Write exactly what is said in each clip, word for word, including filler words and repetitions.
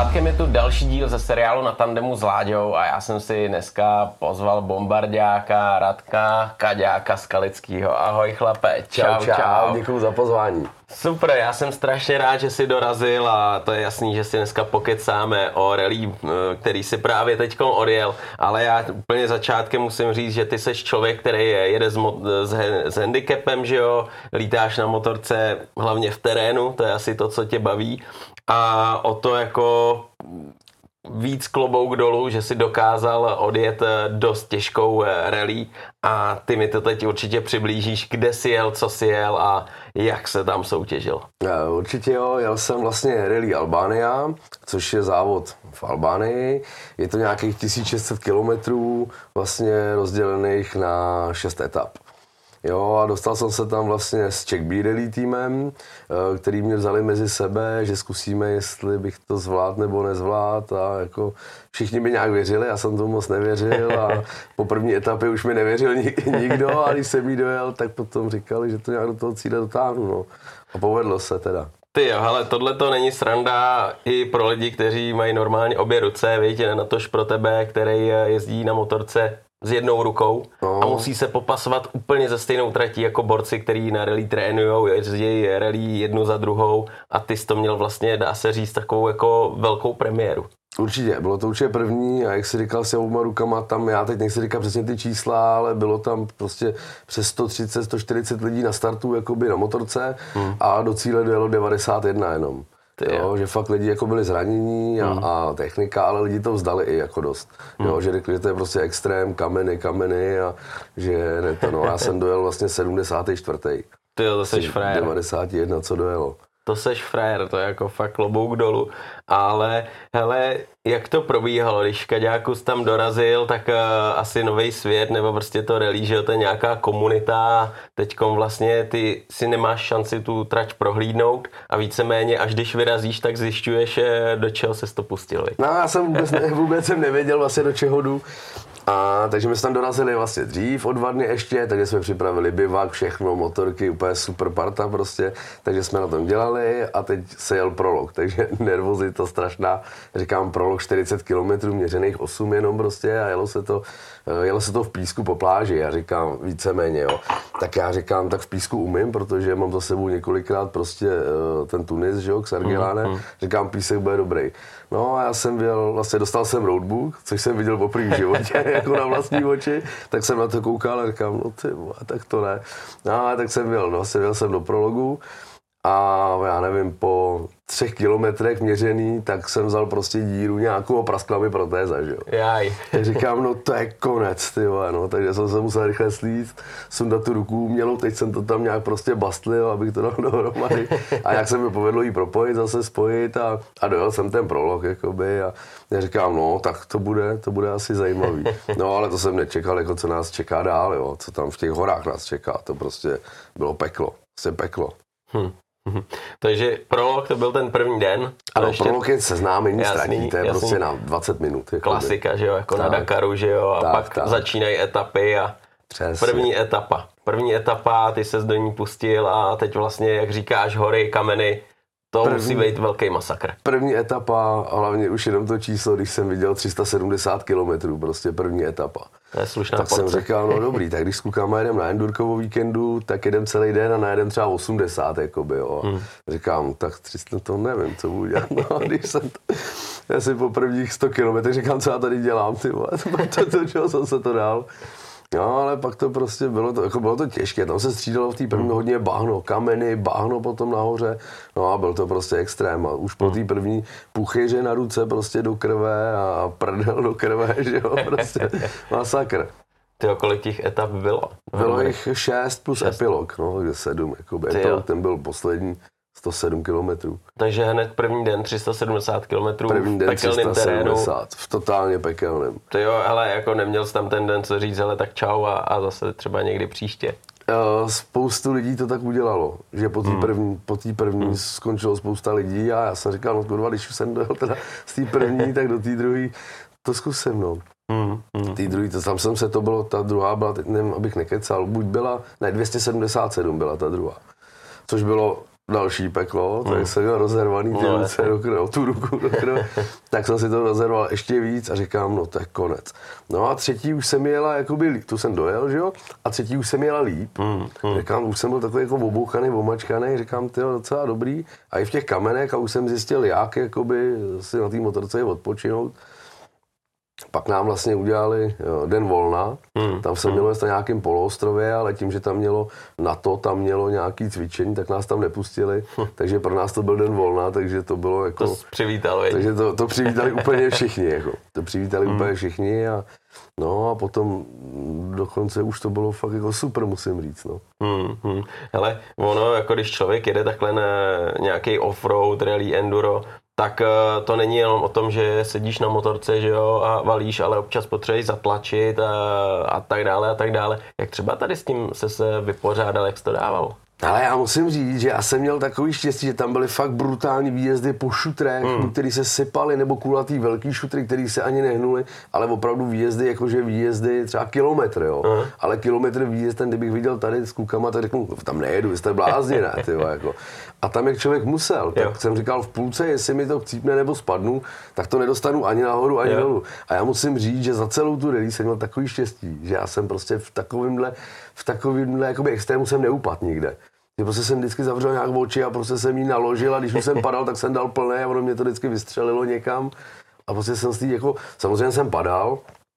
Zpátkem je tu další díl ze seriálu Na tandemu s Láďou a já jsem si dneska pozval bombardáka Radka Kaďáka Skalickýho. Ahoj chlape, čau, čau, čau. čau. Děkuju za pozvání. Super, já jsem strašně rád, že jsi dorazil a to je jasný, že si dneska pokecáme o rally, který si právě teďkom odjel, ale já úplně začátkem musím říct, že ty seš člověk, který jede s, mo- s, s handicapem, že jo, lítáš na motorce hlavně v terénu, to je asi to, co tě baví a o to jako víc klobouk dolů, že si dokázal odjet dost těžkou rally a ty mi to teď určitě přiblížíš, kde jsi jel, co jsi jel a jak se tam soutěžil. Určitě jo, jel jsem vlastně Rally Albania, což je závod v Albánii. Je to nějakých tisíc šest set kilometrů vlastně rozdělených na šest etap. Jo, a dostal jsem se tam vlastně s Czech Beer Rally týmem, který mě vzali mezi sebe, že zkusíme, jestli bych to zvlád nebo nezvlád a jako všichni mi nějak věřili, já jsem tomu moc nevěřil a po první etapě už mi nevěřil nikdo a když jsem jí dojel, tak potom říkali, že to nějak do toho cíle dotáhnu, no. A povedlo se teda. Ty jo, hele, tohle to není sranda i pro lidi, kteří mají normálně obě ruce, víte, natož pro tebe, který jezdí na motorce s jednou rukou no. A musí se popasovat úplně ze stejnou tratí jako borci, kteří na rally trénujou, jezdí rally jednu za druhou a ty jsi to měl vlastně, dá se říct, takovou jako velkou premiéru. Určitě, bylo to určitě první a jak jsi říkal s oboma rukama, tam já teď nechci říkat přesně ty čísla, ale bylo tam prostě přes sto třicet, sto čtyřicet lidí na startu jakoby na motorce hmm. a do cíle dojelo devadesát jedna jenom. Jo, že fakt lidi jako byli zranění a, hmm. a technika, ale lidi to vzdali i jako dost. Hmm. Jo, že řekli, že to je prostě extrém, kameny, kameny a že ne to, no. Já jsem dojel vlastně sedmdesátý čtvrtý Ty jo, to seš frajer. devadesát jedna, co dojelo. To seš frajer, to je jako fakt klobouk dolů, ale hele, jak to probíhalo, když Kaďákus tam dorazil, tak uh, asi nový svět, nebo prostě to rally, že jo, to je nějaká komunita, teďkom vlastně ty si nemáš šanci tu trať prohlídnout a víceméně, až když vyrazíš, tak zjišťuješ, do čeho ses to pustil. No já jsem vůbec, ne, vůbec jsem nevěděl vlastně, do čeho jdu. A takže my jsme tam dorazili vlastně dřív, o dva dny ještě, takže jsme připravili bivak, všechno, motorky, úplně super parta prostě, takže jsme na tom dělali a teď se jel prolog, takže nervozita strašná, říkám prolog čtyřicet kilometrů, měřených osm jenom prostě a jelo se to, jelo se to v písku po pláži, já říkám víceméně, jo. Tak já říkám, tak v písku umím, protože mám za sebou několikrát prostě ten Tunis, že jo, k Sargeláne, mm, mm. říkám, písek bude dobrý. No a já jsem byl, vlastně dostal jsem roadbook, což jsem viděl poprvé v životě, jako na vlastní oči, tak jsem na to koukal a říkám, no ty vole, tak to ne. No a tak jsem byl, no, jsem byl jsem do prologu a já nevím, po třech kilometrech měřený, tak jsem vzal prostě díru nějakou a praskla mi protéza, že jo. Jaj. Tak říkám, no to je konec, ty vole, no, takže jsem se musel rychle slíct, sundat tu ruku umělou, teď jsem to tam nějak prostě bastlil, abych to dal dohromady a jak se mi povedlo jí propojit, zase spojit a, a dojel jsem ten prolog, jakoby a já říkám, no tak to bude, to bude asi zajímavý. No ale to jsem nečekal, jako co nás čeká dál, jo, co tam v těch horách nás čeká, to prostě bylo peklo, prostě peklo. Hm. Takže prolog to byl ten první den. Ano, ještě... prolog je seznámení s tratí, to je jasný. Prostě na dvacet minut. Jakoby. Klasika, že jo, jako tak, na Dakaru, že jo, a tak, pak tak. Začínají etapy a přesně. První etapa. První etapa, ty ses do ní pustil a teď vlastně, jak říkáš, hory, kameny, to první, musí být velký masakr. První etapa, a hlavně už jenom to číslo, když jsem viděl tři sta sedmdesát kilometrů, prostě první etapa. To je slušná tak porce. Jsem říkal, no dobrý, tak když s klukama jedem na endurkovou víkendu, tak jedem celý den a najedem třeba osmdesát, jakoby, jo. Hmm. Říkám, tak tři sta to nevím, co budu dělat, no, když jsem to, já si po prvních sto kilometrech říkám, co já tady dělám, ty vole, to, to, čeho jsem se to dal. No, ale pak to prostě bylo to, jako bylo to těžké, tam se střídalo v té první hmm. hodně bahno, kameny, bahno potom nahoře, no a byl to prostě extrém a už po té první puchyře na ruce prostě do krve a prdel do krve, že jo, prostě masakr. Tyjo, kolik těch etap bylo? Bylo jich šest plus šest. Epilog, no, takže sedm, jakoby, epilog, ten byl poslední sto sedm kilometrů. Takže hned první den tři sta sedmdesát kilometrů první den v pekelném terénu. V totálně pekelném. To jo, ale jako neměl jsi tam ten den co říct, ale tak čau a, a zase třeba někdy příště. Uh, spoustu lidí to tak udělalo, že po té hmm. první, po té první hmm. skončilo spousta lidí a já jsem říkal, no kurva, když už jsem dojel teda z té první, tak do té druhé to zkusím, no. Hmm. Hmm. Tý druhý, to, tam jsem se, to bylo, ta druhá byla, teď nevím, abych nekecal, buď byla, ne, dvě stě sedmdesát sedm byla ta druhá, což bylo další peklo, tak hmm. jsem měl rozervaný ty no, ruce do krve, tu ruku do krve, tak jsem si to rozerval ještě víc a říkám, no to je konec. No a třetí už jsem jela, jakoby, tu jsem dojel, že jo, a třetí už jsem jela líp. Hmm. Hmm. Říkám, už jsem byl takový jako obouchaný, omačkaný, říkám, tyjo, docela dobrý. A i v těch kamenech a už jsem zjistil, jak jakoby si na té motorce odpočinout. Pak nám vlastně udělali jo, den volna, hmm. tam jsem měl na nějakém poloostrově, ale tím, že tam mělo NATO, tam mělo nějaké cvičení, tak nás tam nepustili, hmm. takže pro nás to byl den volna, takže to bylo jako... To přivítali. Takže to, to přivítali úplně všichni, jako. To přivítali hmm. úplně všichni a no a potom dokonce už to bylo fakt jako super, musím říct, no. Hmm, hmm. Hele, ono, jako když člověk jede takhle na nějaký offroad, rally, enduro, tak to není jenom o tom, že sedíš na motorce, že jo, a valíš, ale občas potřebuješ zatlačit a, a tak dále a tak dále. Jak třeba tady s tím se se vypořádal, jak jsi to dával? Ale já musím říct, že já jsem měl takový štěstí, že tam byly fakt brutální výjezdy po šutrech, hmm. který se sypaly, nebo kulatý velký šutry, který se ani nehnuly, ale opravdu výjezdy, jakože výjezdy třeba kilometr, jo. Hmm. Ale kilometr výjezd, ten kdybych viděl tady s klukama, tak řeknu, tam nejedu, vy jste blázni, ne, tyjo, jako. A tam jak člověk musel, tak jo. jsem říkal v půlce, jestli mi to chcípne nebo spadnu, tak to nedostanu ani nahoru, ani dolů. A já musím říct, že za celou tu rally jsem měl takový štěstí, že já jsem prostě v takovýmhle, v takovýmhle jakoby extrému jsem neupadl nikde. Že prostě jsem vždycky zavřel nějak oči a prostě jsem jí naložil a když už jsem padal, tak jsem dal plné a ono mě to vždycky vystřelilo někam. A prostě jsem si jako, samozřejmě jsem padal,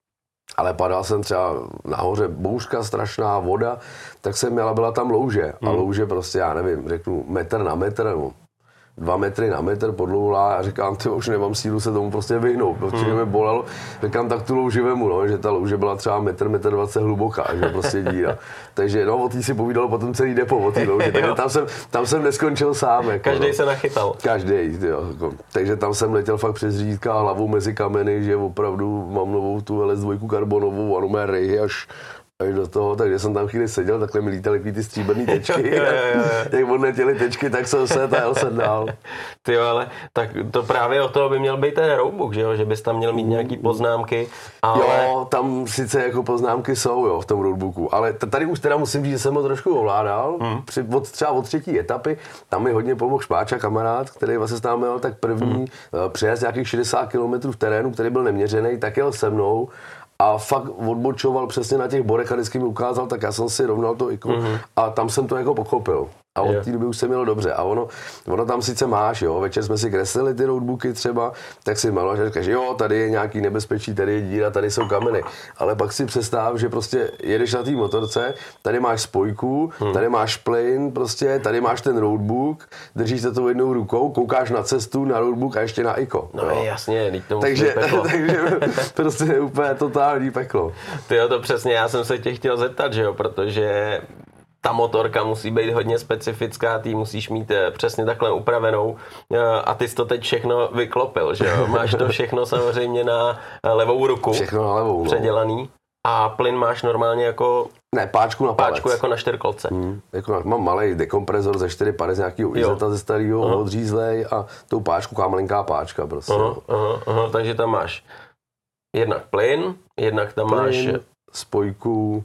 ale padal jsem třeba nahoře, bouřka strašná, voda, tak jsem měla, byla tam louže. A louže prostě, já nevím, řeknu metr na metr, nebo dva metry na metr podloulá a říkám, ty už nemám sílu se tomu prostě vyhnout, protože hmm. mě bolelo. Říkám, tak tu louži vemu, no, že ta louže byla třeba metr, metr dvacet hluboká, že prostě díra. Takže no, o tý si povídalo potom celý depo o té louži, takže tam jsem, tam jsem neskončil sám. Jako, každý no. se nachytal. Každý, jo. Jako. Takže tam jsem letěl fakt přes řídka hlavou mezi kameny, že opravdu mám novou tu L S dva karbonovou a no mé rejhy až až do toho, takže jsem tam chvíli seděl, takhle mi lítaly ty stříbrný tečky, jak odletěly tečky, tak jsem se a jel jsem dál. Ty ale tak to právě o toho by měl být ten roadbook, že jo, že bys tam měl mít nějaký poznámky, ale... Jo, tam sice jako poznámky jsou, jo, v tom roadbooku, ale tady už teda musím říct, že jsem ho trošku ovládal, hmm. Při, od, třeba od třetí etapy, tam mi hodně pomohl Špáča, kamarád, který vlastně s námi jel, tak první hmm. přejezd nějakých šedesát kilometrů v terénu, který byl neměřený, tak jel se mnou. A fakt odbočoval přesně na těch borech a vždycky mi ukázal, tak já jsem si rovnal to ikon mm-hmm. a tam jsem to jako pochopil. A od té doby už se mělo dobře. A ono, ono tam sice máš, jo, večer jsme si kreslili ty roadbooky třeba, tak si maluješ a říkáš, jo, tady je nějaký nebezpečí, tady je díra, tady jsou kameny. Ale pak si představ, že prostě jedeš na té motorce, tady máš spojku, hmm. tady máš plyn, prostě, tady máš ten roadbook, držíš se to jednou rukou, koukáš na cestu, na roadbook a ještě na iko. No jo. Jasně, teď to takže, takže prostě je úplně totální peklo. Tyjo, to přesně, já jsem se tě chtěl zeptat, že jo, protože ta motorka musí být hodně specifická, ty musíš mít přesně takhle upravenou a ty jsi to teď všechno vyklopil, že jo? Máš to všechno samozřejmě na levou ruku. Všechno na levou, no. Předělaný. A plyn máš normálně jako... Ne, páčku na palec. Páčku jako na čtyřkolce. Hmm, jako mám malý dekompresor ze čtyři padesát z nějakého izeta ze starého, uh-huh. odřízlej a tou páčku, ká malinká páčka prostě. Uh-huh, uh-huh, uh-huh, takže tam máš jednak plyn, jednak tam plyn, máš... spojku,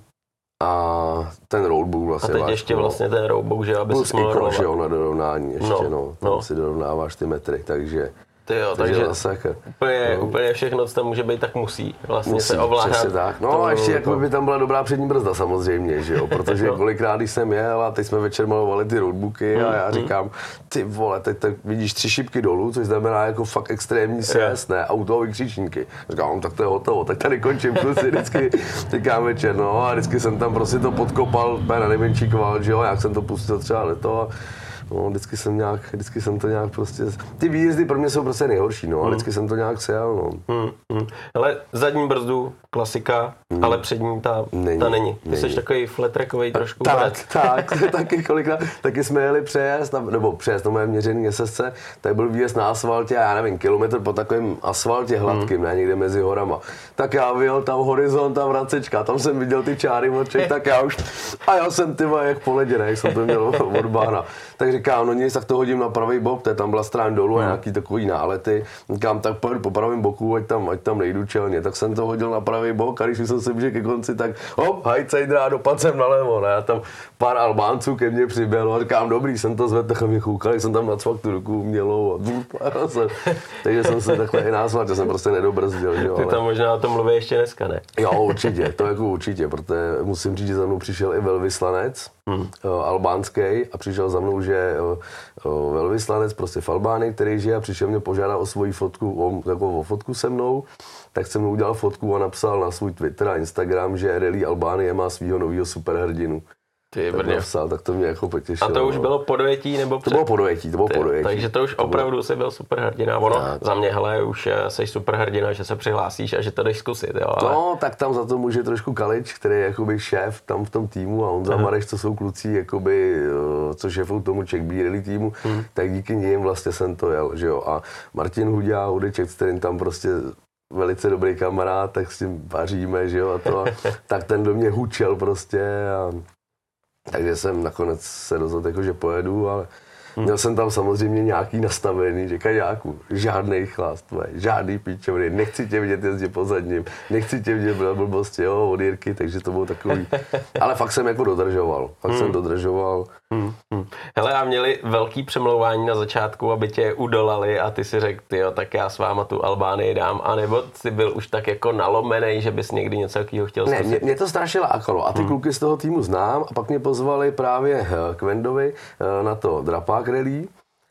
a ten roadbook vlastně. A teď máš, ještě no. vlastně ten roadbook, že aby se mohl rolovat. Jo, na dorovnání ještě, no, no. Tam no. si dorovnáváš ty metry, takže... Tyjo, takže, takže úplně, no. úplně všechno, co tam může být, tak musí vlastně musí, se ovládat. Tak. No to, a ještě to... jako by tam byla dobrá přední brzda samozřejmě, že jo, protože no. kolikrát, když jsem jel a teď jsme večer malovali ty roadbooky mm, a já říkám, ty vole, teď tak vidíš tři šipky dolů, což znamená jako fakt extrémní sjezd, ne, autový křičníky. Říkám, tak to je hotovo, tak tady končím, kluci, vždycky říkám večer, no a vždycky jsem tam prostě to podkopal, na nejmenší kval, že jo, jak jsem to pustil třeba leto. No, vždycky jsem nějak, vždycky jsem to nějak prostě, ty výjezdy pro mě jsou prostě nejhorší, no, a vždycky jsem to nějak sejal, no. Hmm, hmm. Ale zadní brzdu, klasika, hmm. ale přední ta není. Ta není. Ty není. Jsi takový flat-trackovej trošku. Tak, tak, taky kolikrát, taky jsme jeli přejezd, nebo přejezd, to moje měřený S S C, tak byl výjezd na asfaltě a já nevím, kilometr po takovém asfaltě hladkým, hmm. ne, někde mezi horama. Tak já vyjel tam horizont, tam vracečka, tam jsem viděl ty čáry moček, tak já už, a já jsem tyva jak po ledě, ne, jak jsem to měl od bána. Tak říkám, no nic, tak to hodím na pravý bok, to je tam byla strán dolů a nějaký takový nálety. Říkám, tak pojedu po pravém boku, ať tam, ať tam nejdu čelně. Tak jsem to hodil na pravý bok a když jsem se blížil ke konci, tak hop, highsider a dopadl jsem nalevo. Ne? A tam pár Albánců ke mně přiběhlo a říkám, dobrý, jsem to zvedl, tak mě koukali, jsem tam nacvak tu ruku umělou a, a jsem, takže jsem se takhle i násval, že jsem prostě nedobrzdil. Že? Ty tam možná o tom mluví ještě dneska, ne? Jo, určitě, to jako určitě, protože musím říct, že za mnou přišel i velvyslanec hmm. albánský a přišel za mnou, že velvyslanec prostě v Albánii, který žije a přišel mě požádat o svoji fotku, o, jako o fotku se mnou, tak jsem mu udělal fotku a napsal na svůj Twitter a Instagram, že Rally Albánie má svýho novýho superhrdinu. Ty tak napsal, tak to mě jako potěšilo. A to už no. bylo po dojetí nebo před? To bylo po dojetí, to bylo po dojetí. Takže to už to opravdu bylo... jsi byl superhrdina. Ono tak. Za mě, hele, už jsi superhrdina, že se přihlásíš a že to jdeš zkusit, jo. Ale... No, tak tam za to může trošku Kalič, který je jakoby šéf tam v tom týmu a Honza uh-huh. Mareš, to jsou kluci, jakoby, co šéfou tomu Czech Bee Rally týmu, uh-huh. tak díky nim vlastně jsem to jel, že jo. A Martin Huďa, Hudeček, s kterým tam prostě velice dobrý kamarád, tak s tím vaříme, že jo, a to, tak ten do mě hučel prostě a takže jsem nakonec se rozhodl, jako, že pojedu, ale hmm. měl jsem tam samozřejmě nějaký nastavený, že kaďáku, žádnej chlast, žádný píčovny, nechci tě vidět jezdit po zadním, nechci tě vidět na blbosti, jo, od Jirky, takže to bylo takový, ale fakt jsem jako dodržoval, fakt hmm. jsem dodržoval. Hmm. Hmm. Hele, a měli velký přemlouvání na začátku, aby tě udolali a ty si řekl, tyjo, tak já s váma tu Albánii dám, anebo jsi byl už tak jako nalomenej, že bys někdy něco takového chtěl zkusit? Ne, mě, mě to strašně lákalo a ty hmm. kluky z toho týmu znám a pak mě pozvali právě k Vendovi na to Drapák Rally.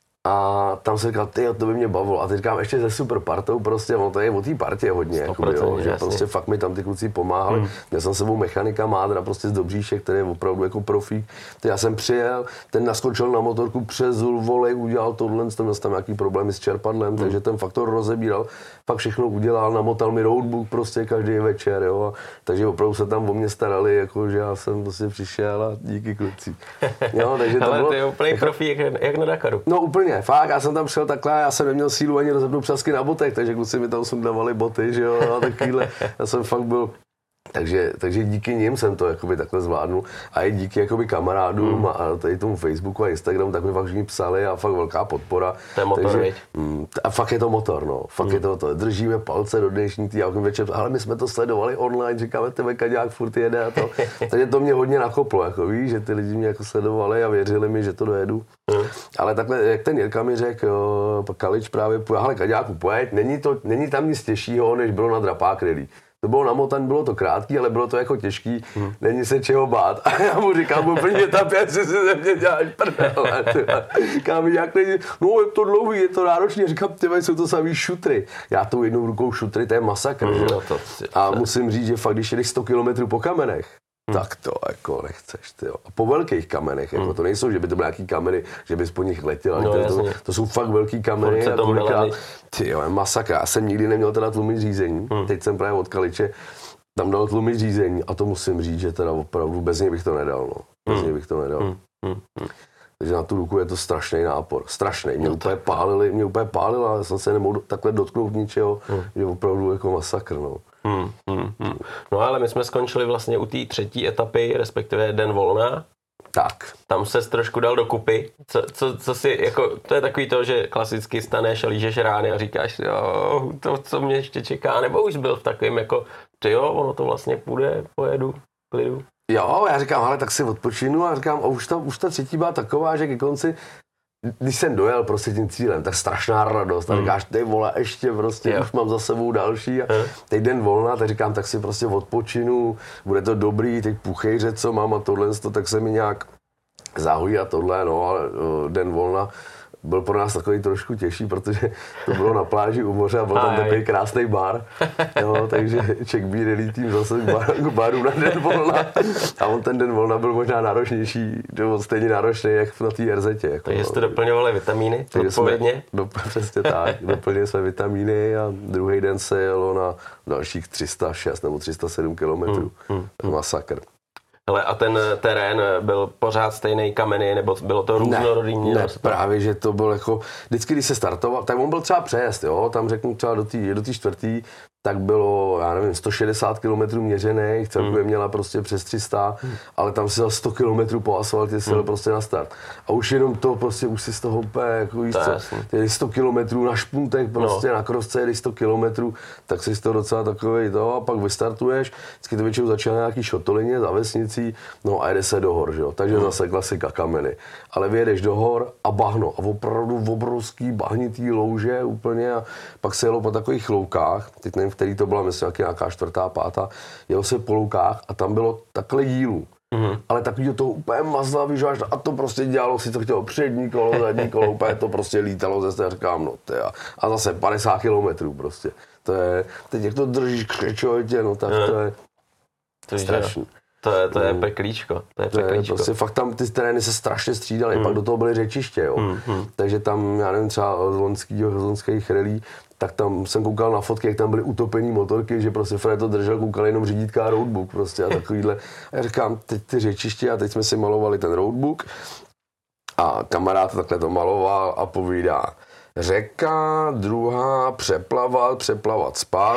A tam se říkal, tyjo, to by mě bavilo. A teď říkám, ještě se super partou, prostě, ono to je o té partě hodně, jakoby, jo, že prostě fakt mi tam ty kluci pomáhali. Hmm. Měl jsem s sebou mechanika Mádra, prostě z Dobříšek, který je opravdu jako profík. Teď já jsem přijel, ten naskočil na motorku, přezul volej, udělal tohle, měl tam nějaký problémy s čerpadlem, hmm. takže ten faktor rozebíral, pak všechno udělal, namotal mi roadbook prostě každý večer, jo. A, takže opravdu se tam o mě starali, jako, že já jsem prostě přišel a díky kluci. Jo, takže to ale bylo, ty je úplně jako, profík, jak, jak na Dakaru. No úplně. Fakt, já jsem tam přijel takhle, já jsem neměl sílu ani rozepnout přasky na botech, takže kluci mi tam sundávali boty, že jo, a takovýhle, já jsem fakt byl, takže, takže díky nim jsem to jakoby takhle zvládnul a i díky jakoby kamarádům mm. a tady tomu Facebooku a Instagramu, tak mi fakt všichni psali a fakt velká podpora. To je motor, takže, mm, a fakt je to motor, no, fakt mm. je to to, držíme palce do dnešní tý, a večer, ale my jsme to sledovali online, říkáme, tebe kaďák furt jede a to, takže to mě hodně nakoplo, jako víš, že ty lidi mě jako sledovali a věřili mi, že to dojedu. Mm. Ale takhle, jak ten Jirka mi řekl, Kalič právě, ale kaďáku pojeď, není, to, není tam nic těžšího, než bylo na Drapák Rally. To bylo namotaný, bylo to krátký, ale bylo to jako těžký, hmm. není se čeho bát. A já mu říkám, úplně ta pět, že si ze mě děláš prdele. Říkám, jak není, no je to dlouhý, je to náročný. Říkám, tyhle jsou to samý šutry. Já tou jednou rukou šutry, to je masakr. Hmm. No to, a musím říct, že fakt, když jedeš sto kilometrů po kamenech, Hmm. tak to jako nechceš, tyjo. A po velkých kamenech, jako hmm. to nejsou, že by to byly nějaký kameny, že bys po nich letěl, no, to, to, to jsou fakt velký kameny a kolikrát, tyjo, masakra. Já jsem nikdy neměl teda tlumič řízení, hmm. teď jsem právě od Kaliče tam dal tlumič řízení a to musím říct, že teda opravdu bez něj bych to nedal, no. Bez hmm. něj bych to nedal. Hmm. Hmm. Takže na tu ruku je to strašný nápor, strašný. Mě no úplně pálili, mě úplně pálila, já jsem se nemohl takhle dotknout ničeho, hmm. že opravdu jako masakr, no. Hmm, hmm, hmm. No ale my jsme skončili vlastně u té třetí etapy, respektive den volna. Tak. Tam ses trošku dal dokupy. Co, co, co si, jako, to je takový to, že klasicky staneš a lížeš rány a říkáš si, jo, to, co mě ještě čeká, nebo už byl v takovém jako, ty jo, ono to vlastně půjde, pojedu, klidu. Jo, já říkám, ale tak si odpočinu a říkám, a už ta, už ta třetí byla taková, že ke konci, když jsem dojel prostě tím cílem, tak strašná radost. A říkáš, ty vole, ještě prostě, jo. už mám za sebou další. A teď den volna, tak říkám, tak si prostě odpočinu, bude to dobrý, teď puchejře, co mám a tohle, tak se mi nějak zahojí a tohle, no, ale den volna byl pro nás takový trošku těžší, protože to bylo na pláži u moře a byl tam takový krásný bar. Jo, takže Czech Bee Rally tým zase k baru na den volna. A on ten den volna byl možná náročnější, nebo stejně náročný, jak na té er zetě. Jako, takže jste doplňovali vitamíny odpovědně? Do, přesně tak, doplnili jsme vitamíny a druhý den se jelo na dalších tři sta šest nebo tři sta sedm kilometrů. Hmm, hmm, Masakr. Ale a ten terén byl pořád stejný kameny, nebo bylo to různorodý? Ne, ne právě, že to byl jako, vždycky, když se startoval, tak on byl třeba přejezd, jo, tam řeknu třeba do té do té čtvrtý, tak bylo, já nevím, sto šedesát kilometrů měřených, celkově měla prostě přes tři sta, hmm. ale tam si za sto kilometrů po asfaltě si jel hmm. prostě na start. A už jenom to prostě, už si z toho úplně, jako víš co, tedy sto kilometrů na špuntek prostě, no. na krosce jeli sto kilometrů, tak si z toho docela takovej to a pak vystartuješ, vždycky to většinou začíná nějaký šotolině za vesnicí, no a jede se do hor, že jo, takže hmm. zase klasika kameny. Ale vyjedeš do hor a bahno a opravdu obrovský bahnitý louže úplně a pak se jelo po takových loukách, teď nevím, v který to byla, myslím, nějaká čtvrtá, pátá, jelo se po loukách a tam bylo takhle dílů. Mm-hmm. Ale takový to úplně mazlavý, že až a to prostě dělalo si to chtělo přední kolo, zadní kolo, úplně to prostě lítalo ze a říkám, no ty a, a zase padesát kilometrů prostě. To je, teď jak to držíš křečovitě, no tak to je to strašný. To je, to je peklíčko, to je to peklíčko. Je prostě fakt tam ty terény se strašně střídaly, mm. pak do toho byly řečiště, jo. Mm. Takže tam, já nevím, třeba z loňských, z loňských rally, tak tam jsem koukal na fotky, jak tam byly utopený motorky, že prostě Fred to držel, koukal jenom řídítka a roadbook prostě a takovýhle. A já říkám, teď ty řečiště a teď jsme si malovali ten roadbook a kamarád takhle to maloval a povídá, řeka, druhá, přeplavat, přeplavat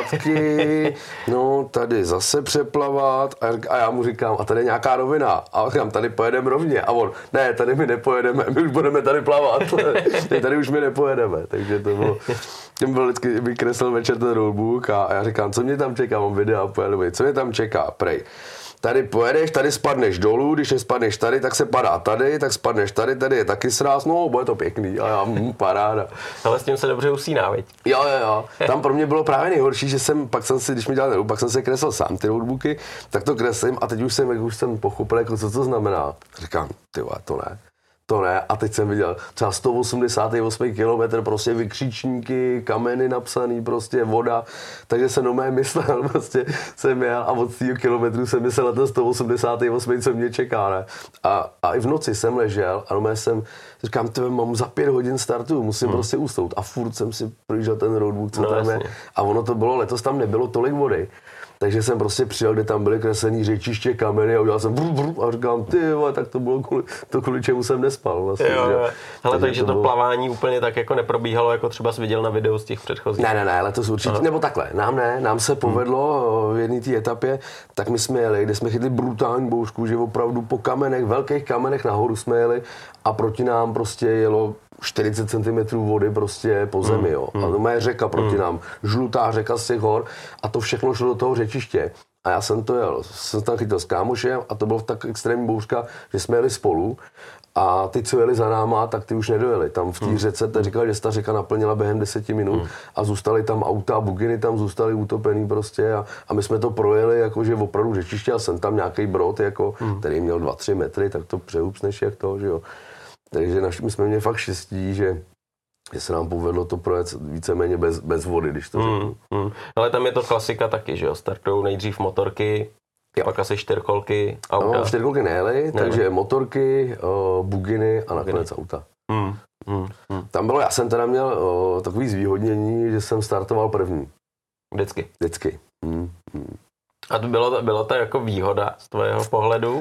zpátky, no tady zase přeplavat a já mu říkám, a tady je nějaká rovina a říkám, tady pojedeme rovně a on, ne, tady my nepojedeme, my už budeme tady plavat, tady už my nepojedeme, takže to bylo, tím byl vždycky vykreslil večer ten roadbook a já říkám, co mě tam čeká, mám video a pojedu, co mě tam čeká, prej. Tady pojedeš, tady spadneš dolů, když nespadneš tady, tak se padá tady, tak spadneš tady, tady je taky sráz, no, bude to pěkný, a já, hm, paráda. Ale s tím se dobře usíná, veď? Jo, jo, jo. Tam pro mě bylo právě nejhorší, že jsem, pak jsem si, když mi dělal ten, pak jsem si kreslil sám ty roadbooky, tak to kreslím a teď už jsem, jak už jsem pochopil, jako co to znamená. Říkám, ty vole, to ne. To ne, a teď jsem viděl třeba sto osmdesát osm kilometrů, prostě vykřičníky, kameny napsaný, prostě voda, takže jsem no mé myslel, prostě jsem jel a od tého kilometru jsem myslel na ten sto osmdesát osm, co mě čeká, ne. A, a i v noci jsem ležel a no mé jsem, říkám, tebe mám za pět hodin startu, musím hmm. prostě ustout a furt jsem si projížděl ten roadbook, co no, tam jasně. je. A ono to bylo, letos tam nebylo tolik vody. Takže jsem prostě přijel, kde tam byly kreslený řečiště, kameny a udělal jsem brr, brr, a říkám, ty vole, tak to bylo kvůli, to kvůli čemu jsem nespal vlastně. Jo, jo. Hele, takže, takže to, to bylo... plavání úplně tak jako neprobíhalo, jako třeba jsi viděl na videu z těch předchozích. Ne, ne, ne, letos určitě, Aha. nebo takhle, nám ne, nám se povedlo hmm. v jedné té etapě, tak my jsme jeli, kde jsme chytli brutální bouřku, že opravdu po kamenech, velkých kamenech nahoru jsme jeli a proti nám prostě jelo čtyřicet centimetrů vody prostě po zemi, jo. A to je řeka proti nám, žlutá řeka z těch hor a to všechno šlo do toho řečiště. A já jsem to jel, jsem tam chytil s kámošem a to bylo tak extrémní bouřka, že jsme jeli spolu a ty, co jeli za náma, tak ty už nedojeli. Tam v té hmm. řece, ta říkala, že se ta řeka naplnila během deseti minut hmm. a zůstaly tam auta, buginy tam zůstaly utopený prostě a, a my jsme to projeli jakože opravdu řečiště a jsem tam nějaký brod, jako, hmm. který měl dva tři metry, tak to přehupsneš jak to, že jo. Takže naši, my jsme měli fakt štěstí, že, že se nám povedlo to projet víceméně bez, bez vody, když to řeknu. Mm, mm. Ale tam je to klasika taky, že jo? Startujou nejdřív motorky, jo. pak asi čtyřkolky, auta. No, čtyřkolky nejeli, takže motorky, uh, buginy a nakonec buginy. Auta. Mm, mm, mm. Tam bylo, já jsem teda měl uh, takový zvýhodnění, že jsem startoval první. Vždycky? Vždycky. Mm, mm. A to bylo, bylo to jako výhoda z tvého pohledu?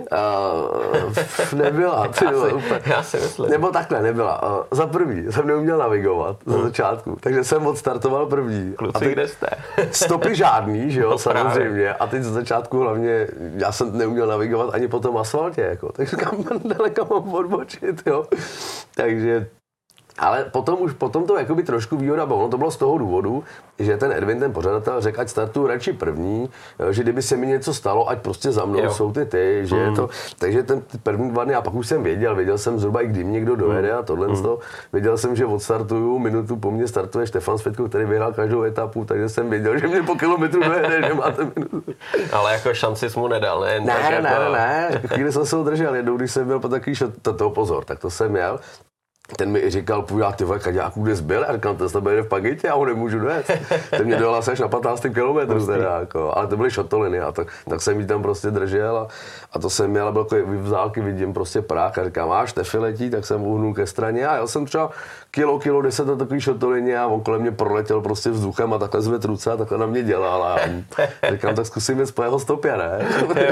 Uh, nebyla. Ty, já, si, úplně. já si myslím. Nebo takhle, nebyla. Uh, za první jsem neuměl navigovat hmm. za začátku, takže jsem odstartoval první. Kluci, teď, kde jste? Stopy žádný, že jo, no, samozřejmě. A teď za začátku hlavně, já jsem neuměl navigovat ani po tom asfaltě, jako. Takže kam daleko mám odbočit, jo. Takže... Ale potom už potom to jakoby trošku výhoda, bo ono to bylo z toho důvodu, že ten Edwin, ten pořadatel, řekl, ať startuju radši první, že kdyby se mi něco stalo, ať prostě za mnou jo. jsou ty ty, že mm. je to, takže ten první dva dny, a pak už jsem věděl, věděl jsem zhruba i kdy mě někdo dojede a tohle mm. to, věděl jsem, že odstartuju, minutu po mně startuje Štefan Světko, který vyhrál každou etapu, takže jsem věděl, že mě po kilometru dojede, že máte minutu. Ale jako šanci jsi mu nedal, ne? Ne, ne, ne, ne, ne, chvíli jsem se udržel, jednou, když jsem byl po takový šot, to, to pozor, tak to jsem měl. Ten mi i říkal, půjde, ty vole, Kaďáku, kde jsi byl? A říkal, ten se jde v Pagitě, já ho nemůžu dojet. Ten mě dojel asi až na patnáctém kilometru, teda, jako. Ale to byly šotoliny, a tak, tak jsem jí tam prostě držel a, a to jsem měl, byl jako v zálky vidím prostě prach a říkám, máš Tefi letí, tak jsem uhnul ke straně a jel jsem třeba kilo, kilo, deset na takový šotolině a on kolem mě proletěl prostě vzduchem a takhle zvedl ruce a takhle na mě dělal a říkám, tak zkusím jít po jeho stopě, ne?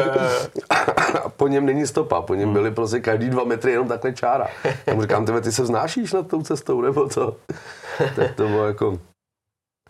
A po něm není stopa, po něm byly prostě každý dva metry jenom takhle čára. A mu říkám, tebe, ty se vznášíš nad tou cestou, nebo co? Tak to bylo jako...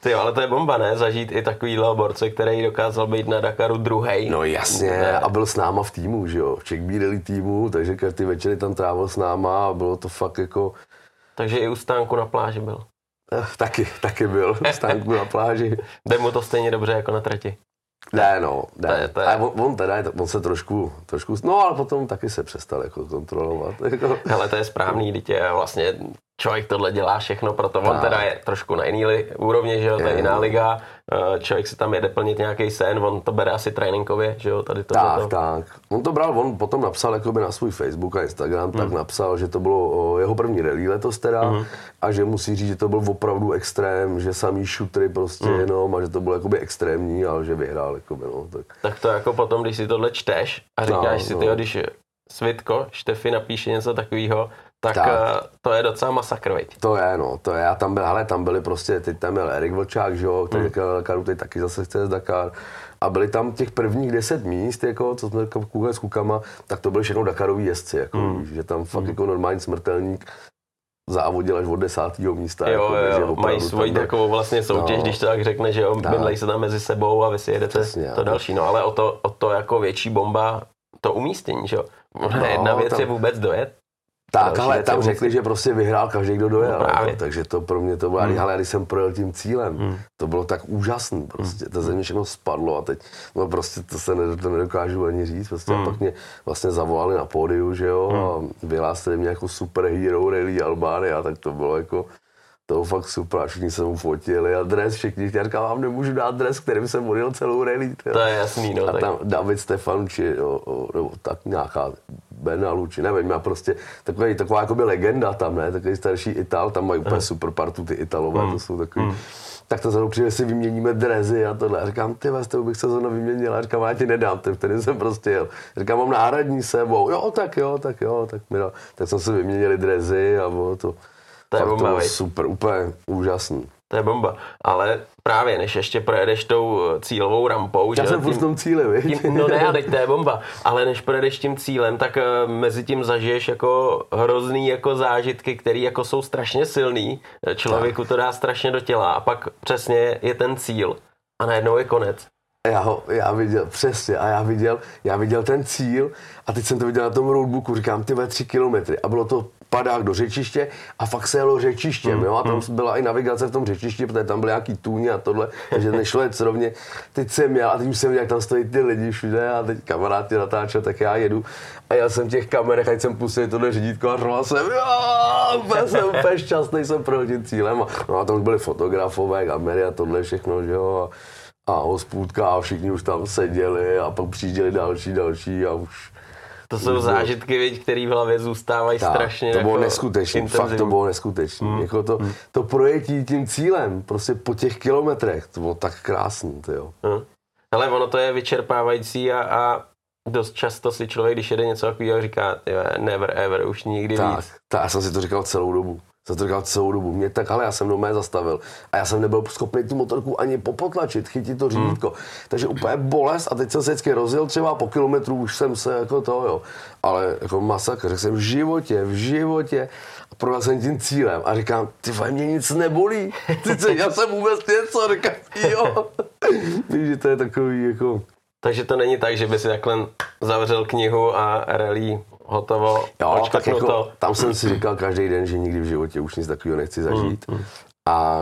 Ty, ale to je bomba, ne? Zažít i takovýhle borce, který dokázal být na Dakaru druhej. No jasně, ne. A byl s náma v týmu, že jo, v Czech Beer Rally týmu, takže každý večer tam trávil s náma a bylo to fakt jako... Takže i u stánku na pláži byl. Eh, taky, taky byl u stánku na pláži. Jde mu to stejně dobře jako na trati. Ne, no, ne. To je, to je. A on, on teda, on se trošku, trošku, no ale potom taky se přestal jako kontrolovat. Jako. Hele, to je správný, dítě, vlastně člověk tohle dělá všechno, proto on Tak. teda je trošku na jiný li- úrovni, že jo, to je jiná liga, člověk si tam jede plnit nějaký sen, on to bere asi tréninkově, že jo, tady to. Tak, to. tak. On to bral, on potom napsal jakoby na svůj Facebook a Instagram, hmm. tak napsal, že to bylo o, jeho první rally letos teda hmm. a že musí říct, že to byl opravdu extrém, že samý šutry prostě hmm. jenom a že to bylo jakoby extrémní, ale že vyhrál jakoby, no. Tak, tak to jako potom, když si tohle čteš a říkáš no, si, tyjo, no. když Svitko, Štefy napíše něco takového, tak, tak to je docela masakr, veď. To je, no, to je, a tam byl, hele, tam byli prostě, teď tam byl Erik Vlčák, že jo, který mm. Dakaru, teď taky zase chce z Dakar. A byli tam těch prvních deset míst, jako, co jsme koukali s klukama, tak to byly všechno Dakaroví jezdci, jako, mm. že tam fakt mm. jako normální smrtelník závodil až od desátého místa. Jo, jako, jo, mají svoji takovou vlastně soutěž, no, když to tak řekne, že jo, bydlejí se tam mezi sebou a vy si jedete přesně, to další, no, ale o to, o to jako větší bomba, to umístění, že jo. No, jedna věc tam... je vůbec dojet. Tak, ale tam řekli, musí... že prostě vyhrál každý, kdo dojel. No, právě. Takže to pro mě to bylo, hmm. ale když jsem projel tím cílem, hmm. to bylo tak úžasný prostě, hmm. to ze mě všechno spadlo a teď, no prostě to se ne, to nedokážu ani říct, prostě hmm. a pak mě vlastně zavolali na pódiu, že jo, hmm. a vyhlásili mě jako super hero rally Albánia, tak to bylo jako, to bylo fakt super, a všichni se mu fotili a dres, všichni, já říkám, vám nemůžu dát dres, kterým jsem odjel celou rally. To je jasný, no. A tam tak... David Stefanucci, jo, nebo tak nějaká Benalucci, nevím, já prostě takový, taková jakoby legenda tam, ne, takový starší Ital, tam mají úplně uh. super partu, ty Italové, mm. to jsou takový, mm. tak to zrovna přijde, si vyměníme drezy a tohle, a říkám, ty vás, to bych se zrovna vyměnil, a říkám, já ti nedám, ten, který jsem prostě jel, říkám, mám náhradní sebou, jo, tak jo, tak jo, tak mi dal, tak jsme si vyměnili drezy a bylo to, to je fakt bomba, to bylo super, úplně úžasný. To je bomba, ale právě než ještě projedeš tou cílovou rampou, já že jsem v tom cíli, tím, no ne, teď to je bomba, ale než projedeš tím cílem, tak uh, mezi tím zažiješ jako hrozný jako zážitky, které jako jsou strašně silný, člověku to dá strašně do těla a pak přesně je ten cíl a najednou je konec. Já ho, já viděl, přesně, a já viděl, já viděl ten cíl a teď jsem to viděl na tom roadbooku, říkám, ty tři kilometry a bylo to padák do řečiště a fakt se jelo řečištěm, mm, jo, a tam mm. byla i navigace v tom řečišti, protože tam byly nějaký tůně a tohle, takže nešlo jet srovně. Teď jsem jel a teď už jsem viděl, jak tam stojí ty lidi všude a teď kamarád tě natáčel, tak já jedu a jel jsem v těch kamerech, ať jsem pustil tohle řídítko a řval jsem, jo, úplně jsem úplně šťastný, jsem projel tím cílem a, no a tam už byli fotografové, kamery a tohle všechno, že jo, a, a hospůdka a všichni už tam seděli a pak přijížděli další, další a už... To jsou zážitky, věď, které v hlavě zůstávají tak, strašně. To bylo jako neskutečné, fakt to bylo neskutečné. Hmm. Jako to, hmm. to projetí tím cílem, prostě po těch kilometrech, to bylo tak krásný, to jo. Hmm. Ale ono to je vyčerpávající a, a dost často si člověk, když jede něco takového, říká, never ever, už nikdy tak, víc. Tak, já jsem si to říkal celou dobu. Jsem to říkal celou dobu. Mě tak, ale já jsem doma zastavil a já jsem nebyl schopný tu motorku ani popotlačit, chytit to řídítko. Hmm. Takže úplně bolest a teď jsem se vždycky rozjel třeba po kilometru, už jsem se jako to, jo. Ale jako masakr, řekl jsem v životě, v životě. A projel jsem tím cílem a říkám, ty vole, mě nic nebolí. Ty, já jsem vůbec něco, říkám, jo. Víš, že to je takový jako... Takže to není tak, že by si takhle zavřel knihu a rally hotovo, jo, tak jako, to. Tam jsem si říkal každý den, že nikdy v životě už nic takového nechci zažít. Mm, mm. A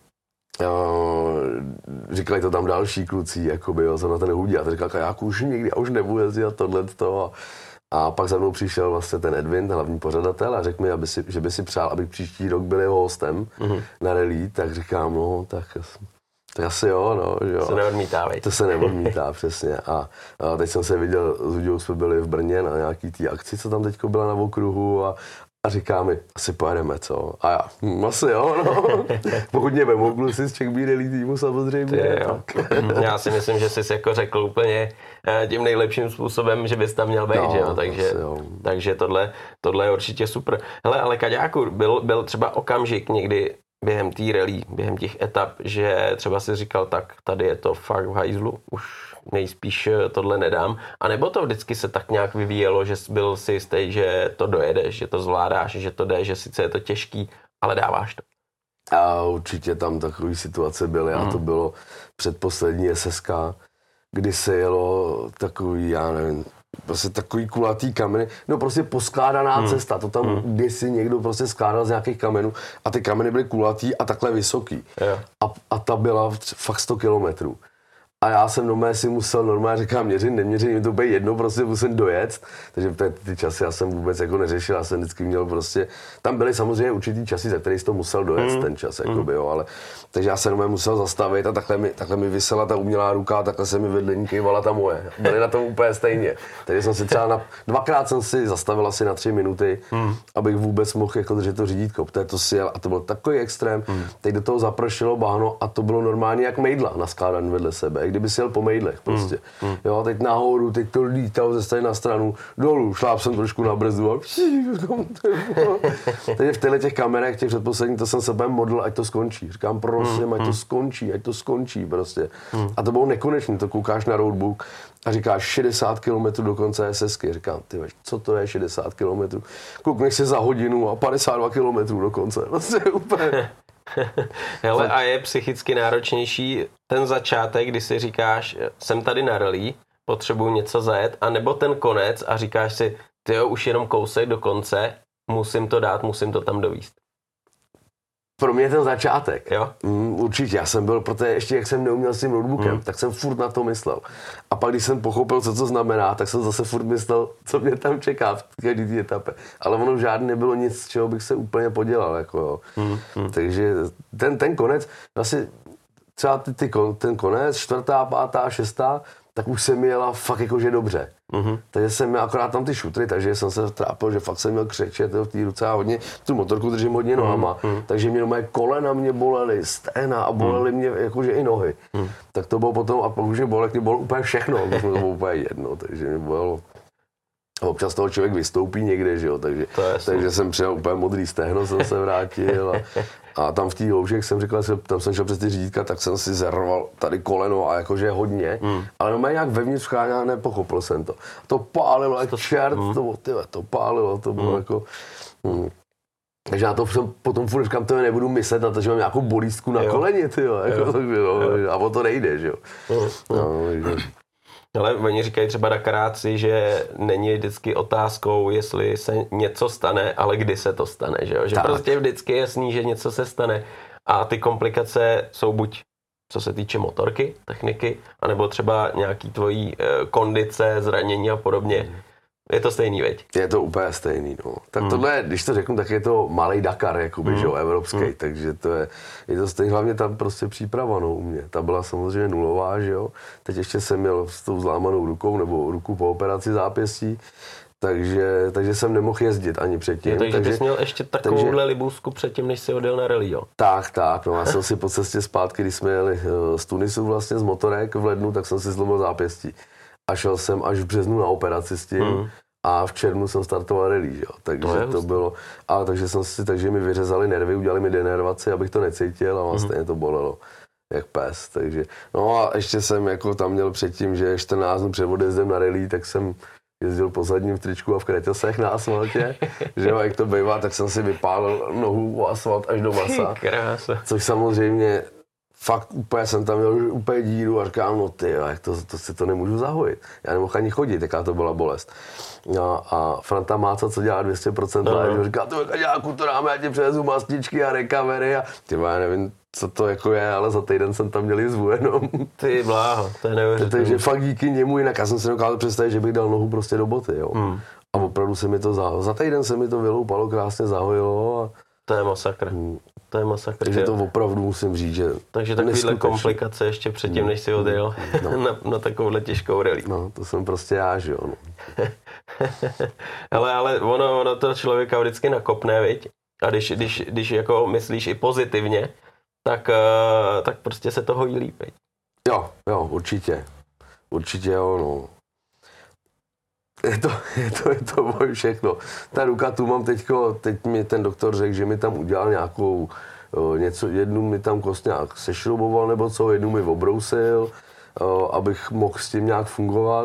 jo, říkali to tam další kluci, jakoby, jo, jsem na ten hudí a to říkal, já už nikdy, já už nebudu jezdit a tohle to. A pak za mnou přišel vlastně ten Edwin, hlavní pořadatel, a řekl mi, aby si, že by si přál, abych příští rok byl jeho hostem mm. na rally, tak říkám, no, tak... Tak asi jo, no, že jo. To se neodmítá, veď. To se neodmítá, přesně. A, a teď jsem se viděl, s Huďou jsme byli v Brně na nějaký té akci, co tam teďko byla na okruhu a, a říká mi, asi pojedeme, co? A já, hm, asi jo, no. Pokud mě vemou kluci z Czech Beer Rally týmu samozřejmě. Ty, jo. Já si myslím, že jsi jako řekl úplně tím nejlepším způsobem, že bys tam měl být, no, že jo? Takže, takže tohle, tohle je určitě super. Hele, ale Kaďáku, byl, byl třeba okamžik někdy, během té rally, během těch etap, že třeba si říkal, tak tady je to fakt v hajzlu, už nejspíš tohle nedám. A nebo to vždycky se tak nějak vyvíjelo, že byl si jistý, že to dojedeš, že to zvládáš, že to jde, že sice je to těžký, ale dáváš to. A určitě tam takové situace byly a to bylo předposlední S S K, kdy se jelo takový, já nevím, prostě takový kulatý kameny, no prostě poskládaná hmm. cesta, to tam hmm. kdysi někdo prostě skládal z nějakých kamenů a ty kameny byly kulatý a takhle vysoký. Yeah. A, a ta byla fakt sto kilometrů. A já jsem normálně si musel normálně říkám měřit, neměřit, mi to bude jedno, prostě musím dojet. Takže ty, ty časy já jsem vůbec jako neřešil, já jsem vždycky měl prostě, tam byly samozřejmě určitý časy, za který jsi to musel dojet mm. ten čas, mm. jakoby, jo, ale takže já se normálně musel zastavit a takhle mi, takhle mi visela ta umělá ruka a takhle se mi vedle ní kejvala ta moje. Byly na tom úplně stejně. Takže jsem si třeba na, dvakrát jsem si zastavil asi na tři minuty, mm. abych vůbec mohl jako držet to řídítko, protože to si jel a to byl takový extrém. Mm. Teď do toho zapršelo bahno a to bylo normálně jak mejdla naskládaný vedle sebe. Kdyby si jel po mejdlech prostě. Mm, mm. Jo, teď nahoru, teď to lítalo ze strany na stranu, dolů, šláp jsem trošku na brzdu a teď v těchto těch kamerách, těch předposledních, to jsem se úplně modlil, ať to skončí. Říkám, prosím, mm, ať to skončí, ať to skončí prostě. Mm. A to bylo nekonečné, to koukáš na roadbook a říkáš šedesát kilometrů do konce SSky. Říkám, ty veš, co to je šedesát kilometrů? Koukneš si za hodinu a padesát dva kilometrů do konce. Vlastně úplně... Hele, a je psychicky náročnější ten začátek, kdy si říkáš, jsem tady na rally, potřebuju něco zajet, anebo ten konec a říkáš si, tyjo, už jenom kousek do konce, musím to dát, musím to tam dovíst. Pro mě ten začátek. Jo? Mm, určitě, já jsem byl, protože ještě jak jsem neuměl s tím notebookem, mm. tak jsem furt na to myslel. A pak, když jsem pochopil, co to znamená, tak jsem zase furt myslel, co mě tam čeká v každé té etapě. Ale ono žádný nebylo nic, z čeho bych se úplně podělal. Jako, jo. Mm. Mm. Takže ten, ten konec, asi třeba ty, ty, ten konec, čtvrtá, pátá, šestá, tak už jsem jela fakt jakože dobře. Mm-hmm. Takže jsem měl akorát tam ty šutry, takže jsem se trápil, že fakt jsem měl křečet v té ruce a hodně, tu motorku držím hodně nohama, mm-hmm. takže mě moje kolena mě bolely, stehna a bolely mm-hmm. mě jakože i nohy. Mm-hmm. Tak to bylo potom, a pak už mě bolelo, mě bolelo úplně všechno, to bylo úplně jedno, takže mě bolelo. Občas toho člověk vystoupí někde, že jo, takže, takže jsem přijel úplně modrý stehno, jsem se vrátil a, a tam v té louži, jak jsem říkal, že tam jsem šel přes ty řídítka, tak jsem si zerval tady koleno a jakože hodně, mm. ale no nějak vevnitř chráně nepochopil jsem to. To pálilo jak čert, mm. to, tyhle, to pálilo, to bylo mm. jako... Mm. Takže na to jsem potom furt říkám, to nebudu myslet na to, že mám nějakou bolístku na jo. koleni, tyjo, jako jo. To, jo, jo. A o to nejde, že jo. Mm. No, takže... Ale oni říkají třeba Dakaráci, že není vždycky otázkou, jestli se něco stane, ale kdy se to stane, že jo? Že tak. Prostě vždycky je jasný, že něco se stane a ty komplikace jsou buď co se týče motorky, techniky, anebo třeba nějaký tvojí eh, kondice, zranění a podobně. Mm. Je to stejný, veď? Je to úplně stejný, no. Tak mm. tohle, když to řeknu, tak je to malej Dakar, jakoby, mm. že jo, evropský, mm. takže to je, je to stejný, hlavně tam prostě příprava, no, u mě. Ta byla samozřejmě nulová, že jo. Teď ještě jsem měl s tou zlámanou rukou, nebo ruku po operaci zápěstí, takže, takže jsem nemohl jezdit ani předtím. Je, takže, takže ty jsi měl ještě takovouhle takže, libůzku předtím, než jsi odjel na rally, jo? Tak, tak, no, já jsem si po cestě zpátky, když jsme jeli z Tunisu vlastně z motorek v lednu, tak jsem si zlomil zápěstí. A šel jsem až v březnu na operaci s tím hmm. a v červnu jsem startoval rally, jo. Takže to, to bylo, a takže jsem si, takže mi vyřezali nervy, udělali mi denervaci, abych to necítil a vlastně hmm. to bolelo jak pes, takže, no a ještě jsem jako tam měl předtím, že čtrnáct dnů před odjezdem na rally, tak jsem jezdil po zadním tričku a v kreťasech na asfaltě, že jo, jak to bývá, tak jsem si vypálil nohu o asfalt až do masa, což samozřejmě fakt úplně jsem tam měl úplně díru a říkám, no ty, jak to, to si to nemůžu zahojit. Já nemohl ani chodit, jaká to byla bolest. No, a Franta Máca, co dělá dvě stě procent no, live, no. říká, to jakáďáku, to dáme, já ti převezu mastičky a recovery a ty já nevím, co to jako je, ale za týden jsem tam měl jizvu jenom. Ty bláho, to je neuvěřitelné. Takže fakt díky němu, jinak já jsem si dokázal představit, že bych dal nohu prostě do boty, jo. Hmm. A opravdu se mi to za, za týden se mi to vyloupalo, krásně zahojilo. A... To je masakr. Hmm. To je masakr. Takže to opravdu musím říct, že... Takže takovýhle komplikace ještě předtím, než si odjel no. na, na takovouhle těžkou rally. No, to jsem prostě já, že jo. No. ale, ale ono, ono to člověka vždycky nakopne, viď? A když, když, když jako myslíš i pozitivně, tak, uh, tak prostě se toho jí líp, viď? Jo, jo, určitě. Určitě jo, no. Je to, je to, je to boj všechno. Ta ruka tu mám teďko, teď mi ten doktor řekl, že mi tam udělal nějakou, něco, jednu mi tam kost nějak sešrouboval nebo co, jednu mi obrousil, abych mohl s tím nějak fungovat.